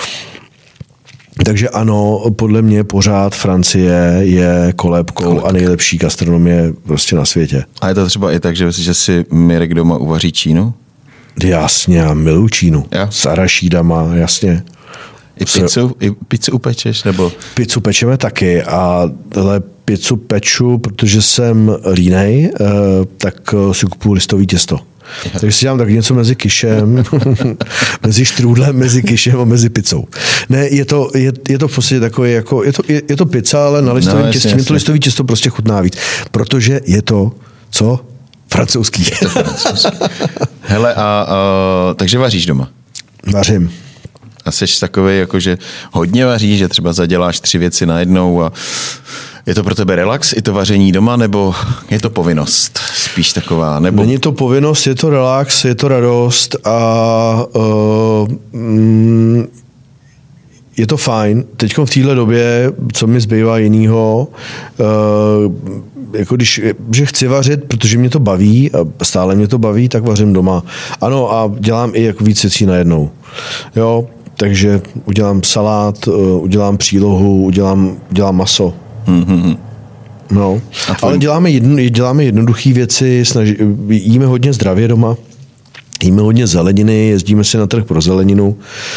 Takže ano, podle mě pořád Francie je kolébkou Kolek. a nejlepší gastronomie prostě na světě. A je to třeba i tak, že, že si Mirek doma uvaří Čínu? Jasně, já miluji Čínu. Ja? S arašídama, jasně. I pizzu, i pizzu upečeš? Nebo? Pizzu pečeme taky a ale pizzu peču, protože jsem línej, tak si kupuju listový těsto. Ja. Takže si dělám tak něco mezi kyšem, mezi štrůdlem, mezi kyšem a mezi pizzou. Ne, je to, je, je to v podstatě takové, jako, je to, je, je to pizza, ale na listovém no, těstě. Mě to listový těsto prostě chutná víc, protože je to, co? Francouzský. Je to francouzský. Hele, a, a takže vaříš doma? Vařím. A jsi takový, jako že hodně vaříš, že třeba zaděláš tři věci najednou a je to pro tebe relax, i to vaření doma, nebo je to povinnost spíš taková? Nebo... Není to povinnost, je to relax, je to radost a uh, mm, je to fajn. Teď v téhle době, co mi zbývá jinýho, uh, jako když, že chci vařit, protože mě to baví a stále mě to baví, tak vařím doma. Ano, a dělám i jako víc věcí najednou. Jo, takže udělám salát, udělám přílohu, udělám, udělám maso. Mm-hmm. No, ale děláme, jedno, děláme jednoduché věci, snaží, jíme hodně zdravě doma, jíme hodně zeleniny, jezdíme si na trh pro zeleninu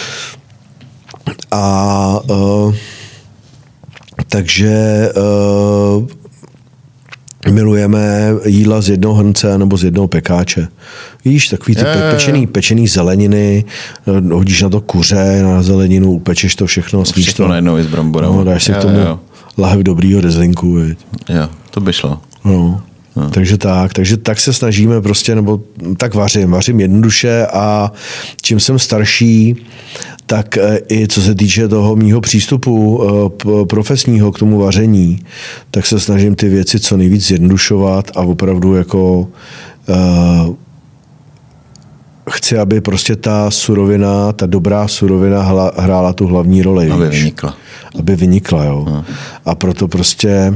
a uh, takže uh, milujeme jídla z jednoho hrnce nebo z jednoho pekáče. Víš, takový ty pe- pečený, pečený zeleniny, hodíš na to kuře, na zeleninu, upečeš to všechno. Všechno to najednou i s bramborama. No, dáš si k tomu lahev dobrýho rezlinku. Viď. Jo, to by šlo. No. Hmm. Takže tak, takže tak se snažíme prostě, nebo tak vařím, vařím jednoduše a čím jsem starší, tak i co se týče toho mýho přístupu profesního k tomu vaření, tak se snažím ty věci co nejvíc zjednodušovat a opravdu jako uh, chci, aby prostě ta surovina, ta dobrá surovina hla, hrála tu hlavní roli. Aby víš? vynikla. Aby vynikla, jo. Hmm. A proto prostě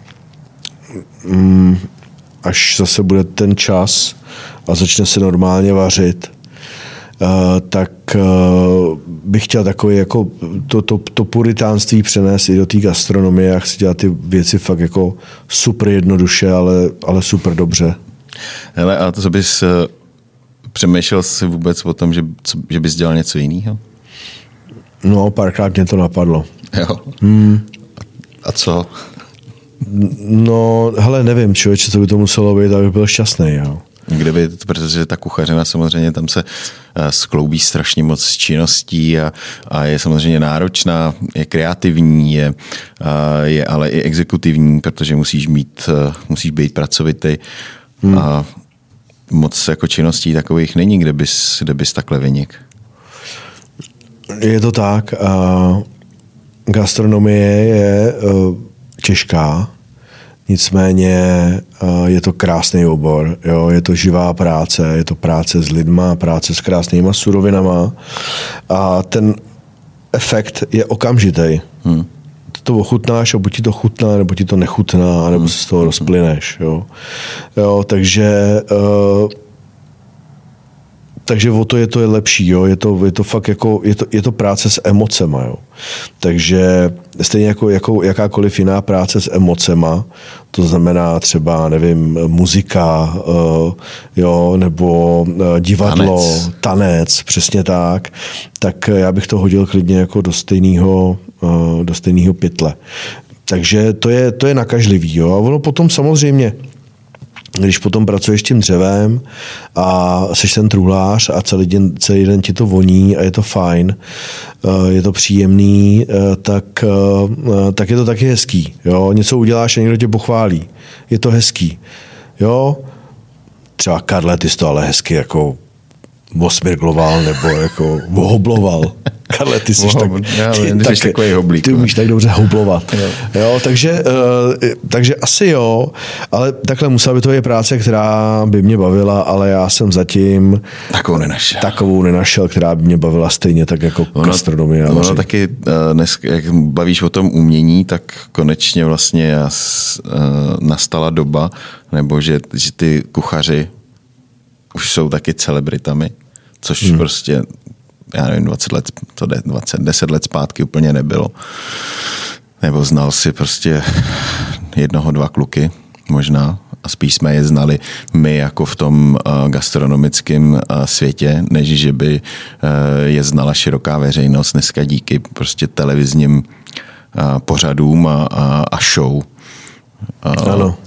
mm, až zase bude ten čas a začne se normálně vařit, uh, tak uh, bych chtěl takový jako to, to, to puritánství přenést i do té gastronomie a chci dělat ty věci fakt jako super jednoduše, ale, ale super dobře. Hele, a to, co bys přemýšlel jsi vůbec o tom, že, co, že bys dělal něco jiného? No, párkrát mě to napadlo. Jo. Hmm. A co? No, hele, nevím, člověče, co by to muselo být, aby byl šťastný, jo. Kdyby, protože ta kuchařina samozřejmě tam se skloubí strašně moc s činností a, a je samozřejmě náročná, je kreativní, je, je ale i exekutivní, protože musíš mít, musíš být pracovitý hmm. a moc jako činností takových není, kde bys, kde bys takhle vynik. Je to tak. A gastronomie je těžká, nicméně je to krásný obor. Jo? Je to živá práce, je to práce s lidma, práce s krásnýma surovinama a ten efekt je okamžitý. Hmm. To ochutnáš a buď ti to chutná, nebo ti to nechutná, nebo se z toho rozplyneš. Jo? Jo, takže uh, takže o to je to je lepší, jo? Je to, je to fakt jako, je to, je to práce s emocema, jo? Takže stejně jako, jako jakákoliv jiná práce s emocema, to znamená třeba, nevím, muzika, uh, jo, nebo uh, divadlo, tanec. tanec, přesně tak, tak já bych to hodil klidně jako do stejného uh, do stejného pytle. Takže to je, to je nakažlivý, jo? A ono potom samozřejmě, když potom pracuješ tím dřevem a seš ten truhlář a celý den, celý den ti to voní a je to fajn, je to příjemný, tak, tak je to taky hezký. Jo? Něco uděláš a někdo tě pochválí. Je to hezký. Jo? Třeba Karle, ty jsi to ale hezky jako osmirgloval nebo jako ohobloval. Karle, ty jsi tak, já vím, ty, tak, takový hoblík. Ty umíš tak dobře hoblovat. Jo. Jo, takže, uh, takže asi jo, ale takhle musela by to je práce, která by mě bavila, ale já jsem zatím takovou nenašel. Takovou nenašel, která by mě bavila stejně tak jako ono, gastronomie. Ono taky, dnes, jak bavíš o tom umění, tak konečně vlastně jas, uh, nastala doba, nebo že, že ty kuchaři už jsou taky celebritami, což hmm. prostě já nevím, dvacet let, to dvacet, deset let zpátky úplně nebylo. Nebo znal si prostě jednoho, dva kluky možná a spíš jsme je znali my jako v tom uh, gastronomickém uh, světě, než že by uh, je znala široká veřejnost dneska díky prostě televizním uh, pořadům a, a, a show. Uh, ano.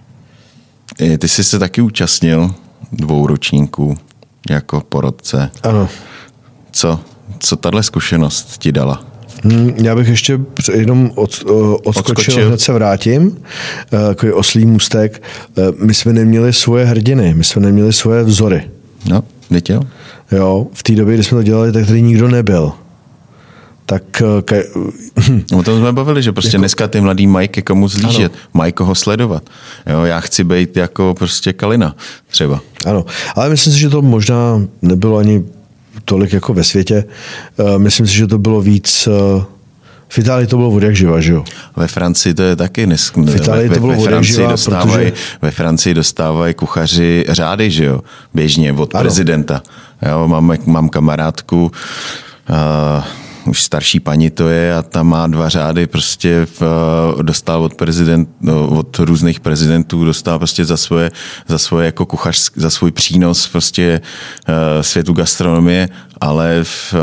Ty jsi se taky účastnil dvou ročníků jako porodce. Ano. Co, co tahle zkušenost ti dala? Hmm, já bych ještě jenom od, uh, odskočil, odskočil, hned se vrátím. Uh, takový oslý můstek. Uh, my jsme neměli svoje hrdiny, my jsme neměli svoje vzory. No, víte jo? Jo, v té době, kdy jsme to dělali, tak tady nikdo nebyl. Tak... Kaj... O tom jsme bavili, že prostě jako... dneska ty mladý mají ke komu zlížet, mají koho sledovat. Jo, já chci být jako prostě Kalina třeba. Ano, ale myslím si, že to možná nebylo ani tolik jako ve světě. Myslím si, že to bylo víc... V Itálii to bylo od jak živa, že jo? Ve Francii to je taky... Nes... V Itálii to bylo ve, ve, Francii živa, dostávají, protože... ve Francii dostávají kuchaři řády, že jo? Běžně od ano. prezidenta. Jo, mám, mám kamarádku, uh, už starší paní to je a ta má dva řády, prostě v, dostal od prezident, no, od různých prezidentů, dostal prostě za svoje, za svoje jako kuchař, za svůj přínos prostě uh, světu gastronomie, ale v,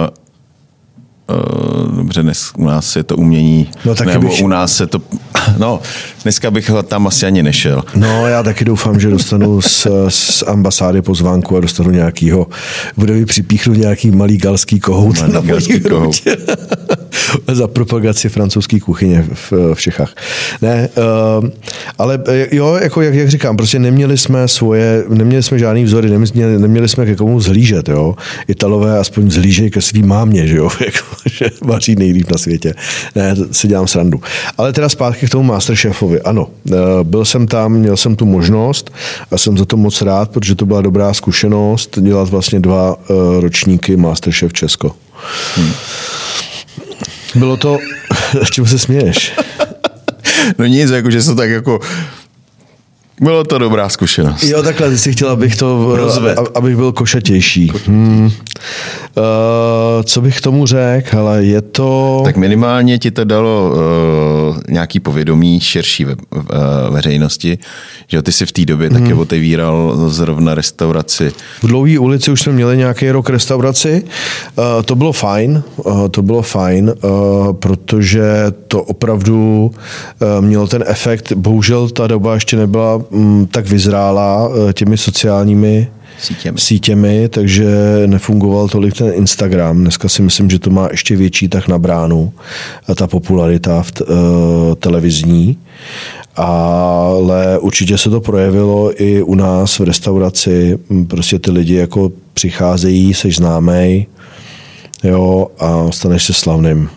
uh, dobře, dnes u nás je to umění, no, nebo bych... u nás se to, no, dneska bych tam asi ani nešel. No, já taky doufám, že dostanu z, z ambasády pozvánku a dostanu nějakýho, bude mi připíchnout nějaký malý galský kohout. Malý galský kohout. za propagaci francouzské kuchyně v, v Čechách. Ne, uh, ale jo, jako jak, jak říkám, prostě neměli jsme svoje, neměli jsme žádný vzory, neměli, neměli jsme ke komu zhlížet, jo. Italové aspoň zhlížejí ke svým mámě, že jo, jako, že vaří nejlíp na světě. Ne, si dělám srandu. Ale teda zpátky k tomu Masterchefovi. Ano, byl jsem tam, měl jsem tu možnost a jsem za to moc rád, protože to byla dobrá zkušenost dělat vlastně dva ročníky Masterchef Česko. Hmm. Bylo to... Čemu se směješ? No nic, jako, že se tak jako... Bylo to dobrá zkušenost. Jo, takhle, ty jsi chtěl, abych to... Rozved. Abych byl košatější. Hmm. Uh, co bych k tomu řekl, ale je to... Tak minimálně ti to dalo uh, nějaký povědomí širší ve, uh, veřejnosti, že ty si v té době hmm. taky otevíral zrovna restauraci. V Dlouhé ulici už jsme měli nějaký rok restauraci. Uh, to bylo fajn, uh, to bylo fajn, uh, protože to opravdu uh, mělo ten efekt. Bohužel ta doba ještě nebyla um, tak vyzrála uh, těmi sociálními Sítěmi. sítěmi, takže nefungoval tolik ten Instagram. Dneska si myslím, že to má ještě větší tak na bránu, ta popularita v t, uh, televizní. Ale určitě se to projevilo i u nás v restauraci. Prostě ty lidi jako přicházejí, seš známej, jo, a staneš se slavným.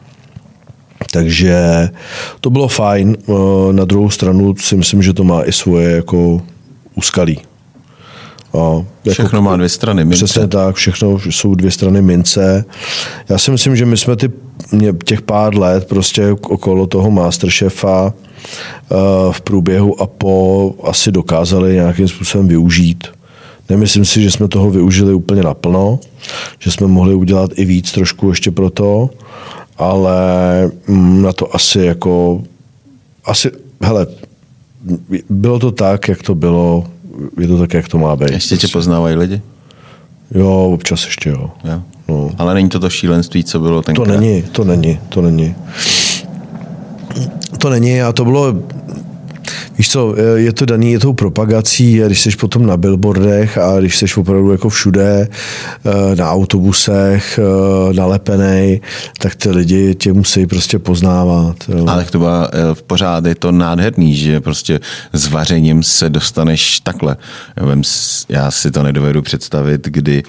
Takže to bylo fajn. Na druhou stranu si myslím, že to má i svoje jako úskalí. A všechno jako, má dvě strany mince. Přesně tak, všechno jsou dvě strany mince. Já si myslím, že my jsme ty, těch pár let prostě okolo toho Masterchefa v průběhu a po asi dokázali nějakým způsobem využít. Nemyslím si, že jsme toho využili úplně naplno, že jsme mohli udělat i víc trošku ještě pro to, ale na to asi jako asi, hele, bylo to tak, jak to bylo, je to tak, jak to má být. Ještě tě poznávají lidi? Jo, občas ještě, jo. jo. No. Ale není to to šílenství, co bylo tenkrát? To není, to není, to není. To není a to bylo, víš co, je to daný, je tou propagací, a když jsi potom na billboardech a když jsi opravdu jako všude, na autobusech, nalepenej, tak ty lidi tě musí prostě poznávat. Jo. Ale to byla v pořád, je to nádherný, že prostě s vařením se dostaneš takhle. Já si to nedovedu představit, kdy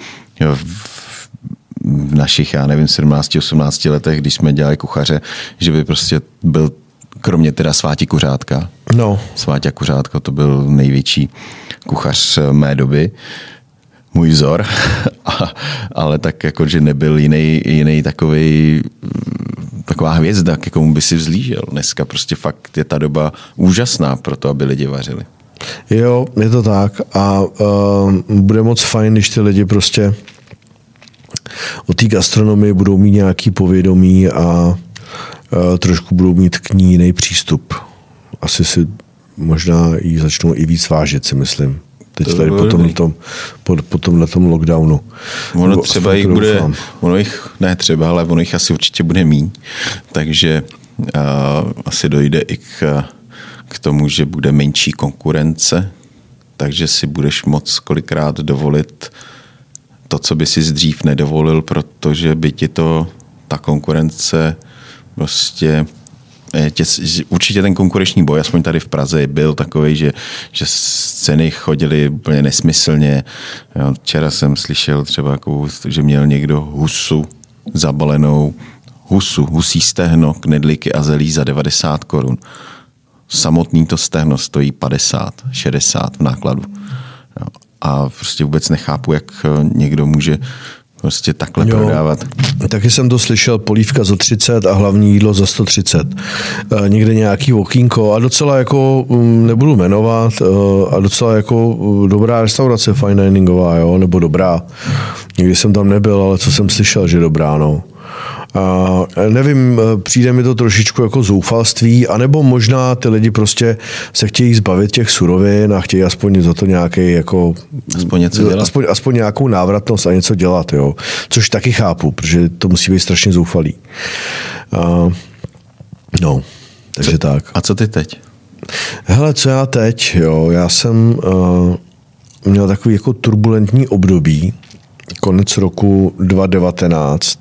v našich, já nevím, sedmnácti osmnácti letech, když jsme dělali kuchaře, že by prostě byl kromě teda Sváti Kuřátka. No. Sváťa Kuřátko, to byl největší kuchař mé doby. Můj vzor. Ale tak jako, že nebyl jiný, jiný takovej, taková hvězda, ke komu by si vzlížel. Dneska prostě fakt je ta doba úžasná pro to, aby lidi vařili. Jo, je to tak. A uh, bude moc fajn, když ty lidi prostě o té gastronomii budou mít nějaký povědomí a trošku budou mít k ní jiný přístup. Asi si možná ji začnou i víc vážit, si myslím. Teď to tady po tomhletom, po, po tomhletom lockdownu. Ono třeba jich bude, ono jich, ne třeba, ale ono jich asi určitě bude míň. Takže uh, asi dojde i k, k tomu, že bude menší konkurence, takže si budeš moc kolikrát dovolit to, co by si dřív nedovolil, protože by ti to ta konkurence prostě tě, určitě ten konkurenční boj, aspoň tady v Praze, byl takový, že, že ceny chodily úplně nesmyslně. Jo, včera jsem slyšel třeba, jako, že měl někdo husu zabalenou, husu, husí stehno, knedlíky a zelí za devadesát korun. Samotný to stehno stojí padesát, šedesát v nákladu. Jo, a prostě vůbec nechápu, jak někdo může prostě takhle jo, prodávat. Taky jsem to slyšel, polívka za třicet a hlavní jídlo za sto třicet. E, někde nějaký okýnko a docela jako, nebudu jmenovat, e, a docela jako dobrá restaurace fine diningová, jo, nebo dobrá. Nikdy jsem tam nebyl, ale co jsem slyšel, že dobrá, no. A nevím, přijde mi to trošičku jako zoufalství, anebo možná ty lidi prostě se chtějí zbavit těch surovin a chtějí aspoň za to nějaký jako... Aspoň něco dělat. Aspoň, aspoň nějakou návratnost a něco dělat, jo. Což taky chápu, protože to musí být strašně zoufalý. A, no, takže co, tak. A co ty teď? Hele, co já teď, jo, já jsem uh, měl takový jako turbulentní období, konec roku dva tisíce devatenáct,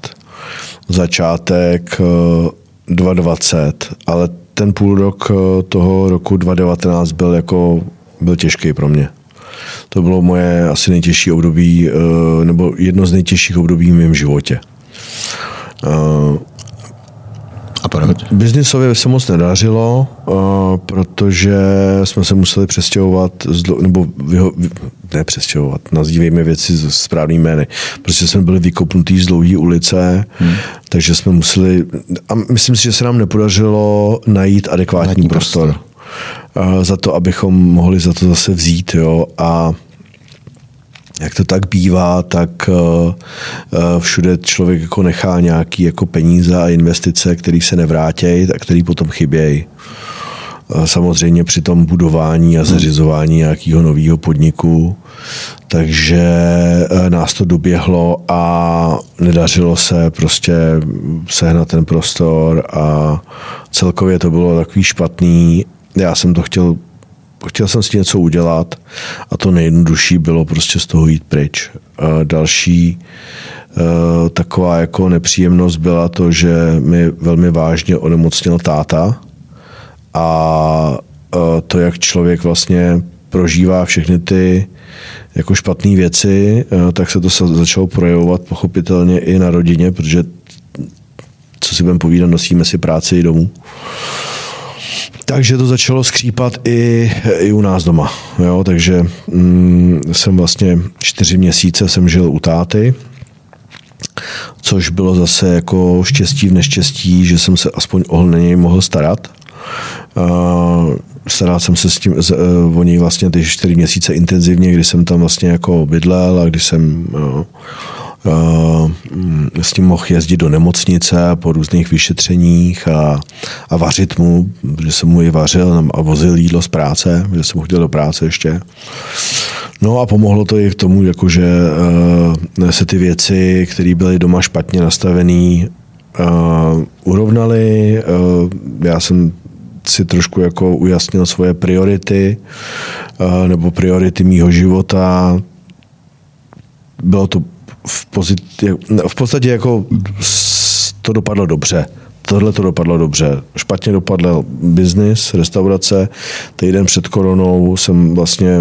začátek dva tisíce dvacet, ale ten půl rok toho roku dva tisíce devatenáct byl jako byl těžký pro mě. To bylo moje asi nejtěžší období, nebo jedno z nejtěžších období v mém životě. A proč? Biznisově se moc nedařilo, protože jsme se museli přestěhovat, nebo vyho, ne přestěhovat, nazývejme věci s správnými jmény. Prostě jsme byli vykopnutí z dlouhé ulice, hmm. takže jsme museli, a myslím si, že se nám nepodařilo najít adekvátní Adekvátní prostor. prostor. Za to, abychom mohli za to zase vzít, jo, a jak to tak bývá, tak všude člověk jako nechá nějaký jako peníze a investice, které se nevrátějí a které potom chybějí. Samozřejmě při tom budování a zařizování nějakého nového podniku. Takže nás to doběhlo a nedařilo se prostě sehnat ten prostor a celkově to bylo takový špatný. Já jsem to chtěl Chtěl jsem s tím něco udělat a to nejjednodušší bylo prostě z toho jít pryč. Další taková jako nepříjemnost byla to, že mi velmi vážně onemocněl táta a to, jak člověk vlastně prožívá všechny ty jako špatné věci, tak se to začalo projevovat pochopitelně i na rodině, protože co si budeme povídat, nosíme si práci i domů. Takže to začalo skřípat i, i u nás doma. Jo? Takže mm, jsem vlastně čtyři měsíce jsem žil u táty, což bylo zase jako štěstí v neštěstí, že jsem se aspoň na něj mohl starat. Uh, staral jsem se s tím, z, uh, o něj vlastně ty čtyři měsíce intenzivně, kdy jsem tam vlastně jako bydlel a kdy jsem uh, Uh, s tím mohl jezdit do nemocnice po různých vyšetřeních a, a vařit mu, že jsem mu i vařil a vozil jídlo z práce, že jsem ho chtěl do práce ještě. No a pomohlo to i k tomu, jakože uh, se ty věci, které byly doma špatně nastavené, uh, urovnaly. Uh, já jsem si trošku jako ujasnil svoje priority uh, nebo priority mýho života. Bylo to V, pozit, v podstatě jako to dopadlo dobře. Tohle to dopadlo dobře. Špatně dopadl biznis, restaurace. Týden před koronou jsem vlastně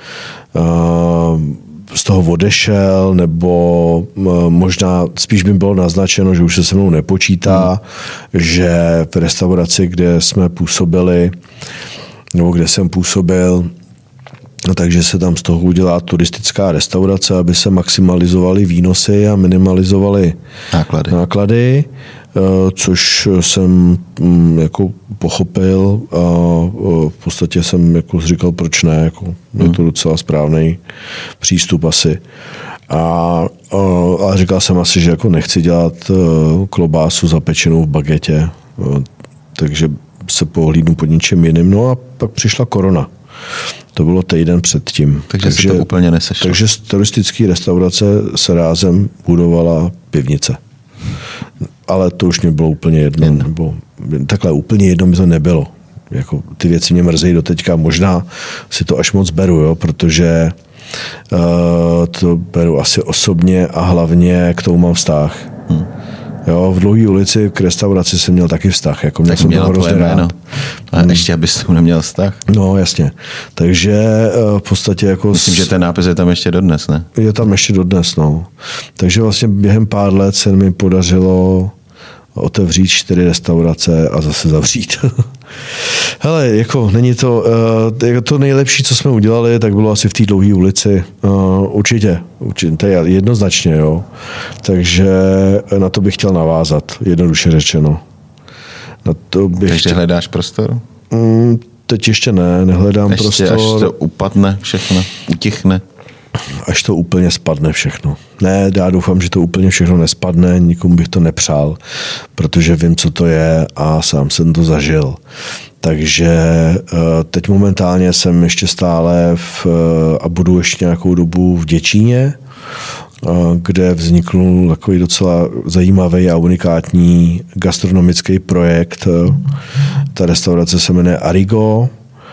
uh, z toho odešel, nebo uh, možná spíš by bylo naznačeno, že už se se mnou nepočítá, hmm. že v restauraci, kde jsme působili, nebo kde jsem působil, no, takže se tam z toho udělá turistická restaurace, aby se maximalizovaly výnosy a minimalizovaly náklady. náklady, což jsem jako pochopil a v podstatě jsem jako říkal, proč ne, jako je to docela správný přístup asi. A, a říkal jsem asi, že jako nechci dělat klobásu zapečenou v bagetě, takže se pohlídnu pod něčím jiným. No a pak přišla korona. To bylo týden předtím. Takže, takže se to úplně nesešlo. Takže z turistické restaurace se rázem budovala pivnice. Ale to už mě bylo úplně jedno. jedno. Nebo, takhle úplně jedno mi to nebylo. Jako, ty věci mě mrzejí do teďka. Možná si to až moc beru, jo, protože uh, to beru asi osobně a hlavně k tomu mám vztah. Hmm. Jo, v Dlouhé ulici k restauraci jsem měl taky vztah. Jako tak měl tvoje jméno. A ještě, abys tu neměl vztah. No, jasně. Takže v podstatě jako... Myslím, že ten nápis je tam ještě dodnes, ne? Je tam ještě dodnes, no. Takže vlastně během pár let se mi podařilo otevřít čtyři restaurace a zase zavřít. Hele, jako není to, uh, to nejlepší, co jsme udělali, tak bylo asi v té Dlouhé ulici. Uh, určitě, určitě, to je jednoznačně, jo. Takže na to bych chtěl navázat, jednoduše řečeno. Na to bych Takže chtěl... hledáš prostor? Mm, teď ještě ne, nehledám ještě, prostor. Až to upadne všechno, utichne. Až to úplně spadne všechno. Ne, já doufám, že to úplně všechno nespadne, nikomu bych to nepřál, protože vím, co to je a sám jsem to zažil. Takže teď momentálně jsem ještě stále v, a budu ještě nějakou dobu v Děčíně, kde vznikl takový docela zajímavý a unikátní gastronomický projekt. Ta restaurace se jmenuje Arigo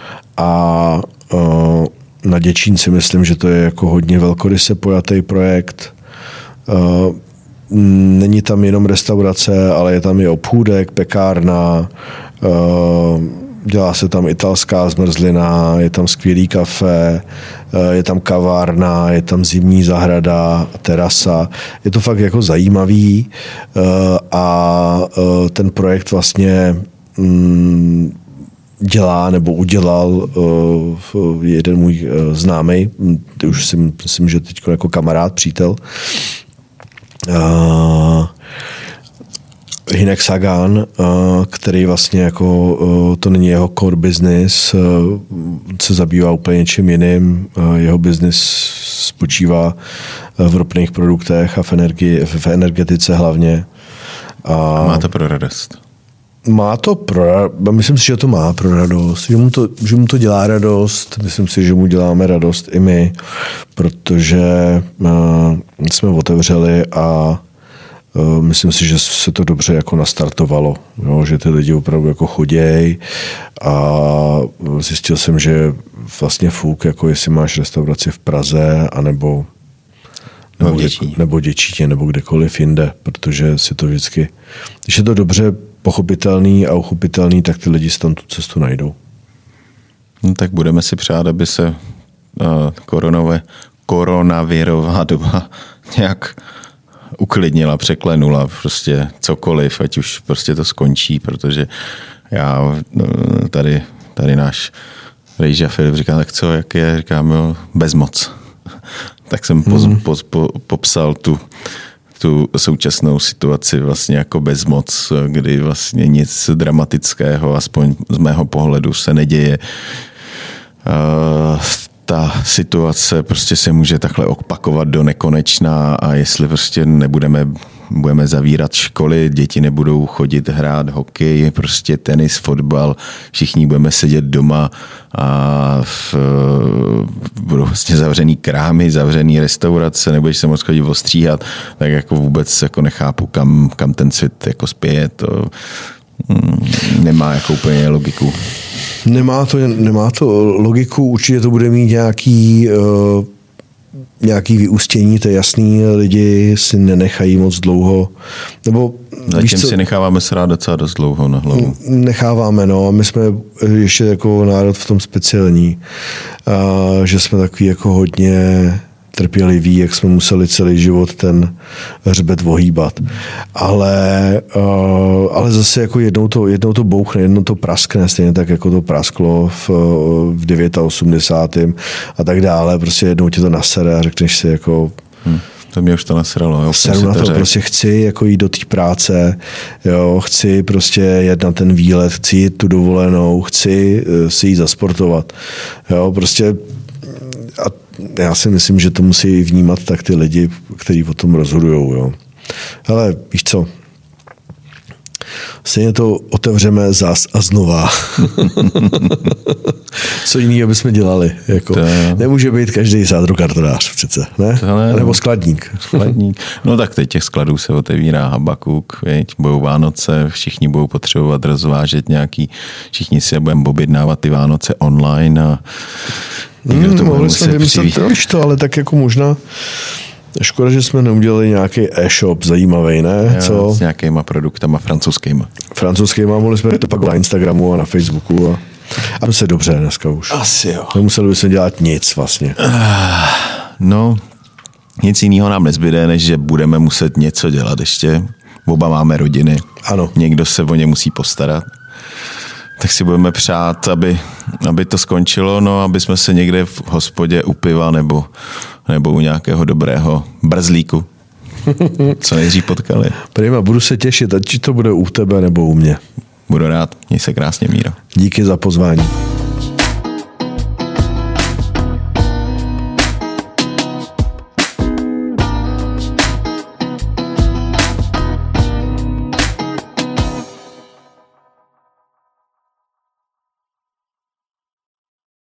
a na Děčín si myslím, že to je jako hodně velkoryse pojatý projekt. není tam jenom restaurace, ale je tam i obchůdek, pekárna, dělá se tam italská zmrzlina, je tam skvělý kafe, je tam kavárna, je tam zimní zahrada, terasa. Je to fakt jako zajímavý a ten projekt vlastně dělá nebo udělal jeden můj známý, už si myslím, že teď jako kamarád, přítel, Hinek Sagan, který vlastně jako, to není jeho core business, se zabývá úplně něčím jiným. Jeho business spočívá v ropných produktech a v, energii, v energetice hlavně. A má to pro radost? Má to pro, myslím si, že to má pro radost, že mu to, že mu to dělá radost, myslím si, že mu děláme radost i my, protože jsme otevřeli a myslím si, že se to dobře jako nastartovalo, jo, že ty lidi opravdu jako choděj a zjistil jsem, že vlastně fuk, jako jestli máš restauraci v Praze anebo nebo, nebo, Děčíně. nebo Děčíně, nebo kdekoliv jinde, protože si to vždycky, když je to dobře pochopitelný a uchopitelný, tak ty lidi si tam tu cestu najdou. No, tak budeme si přát, aby se uh, koronové, koronavirová doba nějak uklidnila, překlenula, prostě cokoliv, ať už prostě to skončí, protože já tady, tady náš Rejža Filip říká, tak co, jak je, říkám, jo, bezmoc. Tak jsem poz, mm. poz, po, popsal tu, tu současnou situaci vlastně jako bezmoc, kdy vlastně nic dramatického, aspoň z mého pohledu, se neděje. Uh, ta situace prostě se může takhle opakovat do nekonečna a jestli prostě nebudeme budeme zavírat školy, děti nebudou chodit hrát hokej, prostě tenis, fotbal, všichni budeme sedět doma a v, budou vlastně zavřený krámy, zavřený restaurace, nebudeš se moc chodit ostříhat, tak jako vůbec jako nechápu, kam, kam ten svět jako spěje, to mm, nemá jako úplně logiku. Nemá to, nemá to logiku, určitě to bude mít nějaký, uh, nějaký vyústění, to je jasný, lidi si nenechají moc dlouho. Nebo, Zatím si necháváme srát docela dost dlouho na hlavu. Necháváme, no, my jsme ještě jako národ v tom speciální, uh, že jsme takový jako hodně trpěliví, jak jsme museli celý život ten hřbet ohýbat. Ale, uh, ale zase jako jednou to, jednou to bouchne, jednou to praskne, stejně tak jako to prasklo v, v osmdesátém devátém a tak dále. Prostě jednou ti to nasere a řekneš si jako... Hmm. To mě už to nasralo. Jo, seru na to, to prostě chci jako jít do té práce, jo, chci prostě jet na ten výlet, chci jít tu dovolenou, chci si jít zasportovat. Jo, prostě a já si myslím, že to musí vnímat tak ty lidi, kteří o tom rozhodujou. Jo. Ale víš co, stejně to otevřeme zas a znova. Co jiného bychom dělali? Jako, to... Nemůže být každý sádrokartonář přece, ne? ne Nebo skladník. skladník. No tak teď těch skladů se otevírá Habakuk, viď? Budou Vánoce, všichni budou potřebovat rozvážet nějaký, všichni si budeme objednávat ty Vánoce online a Hmm, to mohli jsme vymyslet proč to, ale tak jako možná škoda, že jsme neudělali nějaký e-shop zajímavý, ne? Jo, co? S nějakýma produktama francouzskýma. Francouzskýma, mohli jsme to pak na Instagramu a na Facebooku a, a to se dobře dneska už. Asi jo. Nemuseli bychom dělat nic vlastně. No, nic jiného nám nezbyde, než že budeme muset něco dělat ještě. Oba máme rodiny. Ano. Někdo se o ně musí postarat. Tak si budeme přát, aby, aby to skončilo, no, aby jsme se někde v hospodě u piva nebo, nebo u nějakého dobrého brzlíku co nejdřív potkali. Prima, budu se těšit, ať to bude u tebe nebo u mě. Budu rád, měj se krásně, Míro. Díky za pozvání.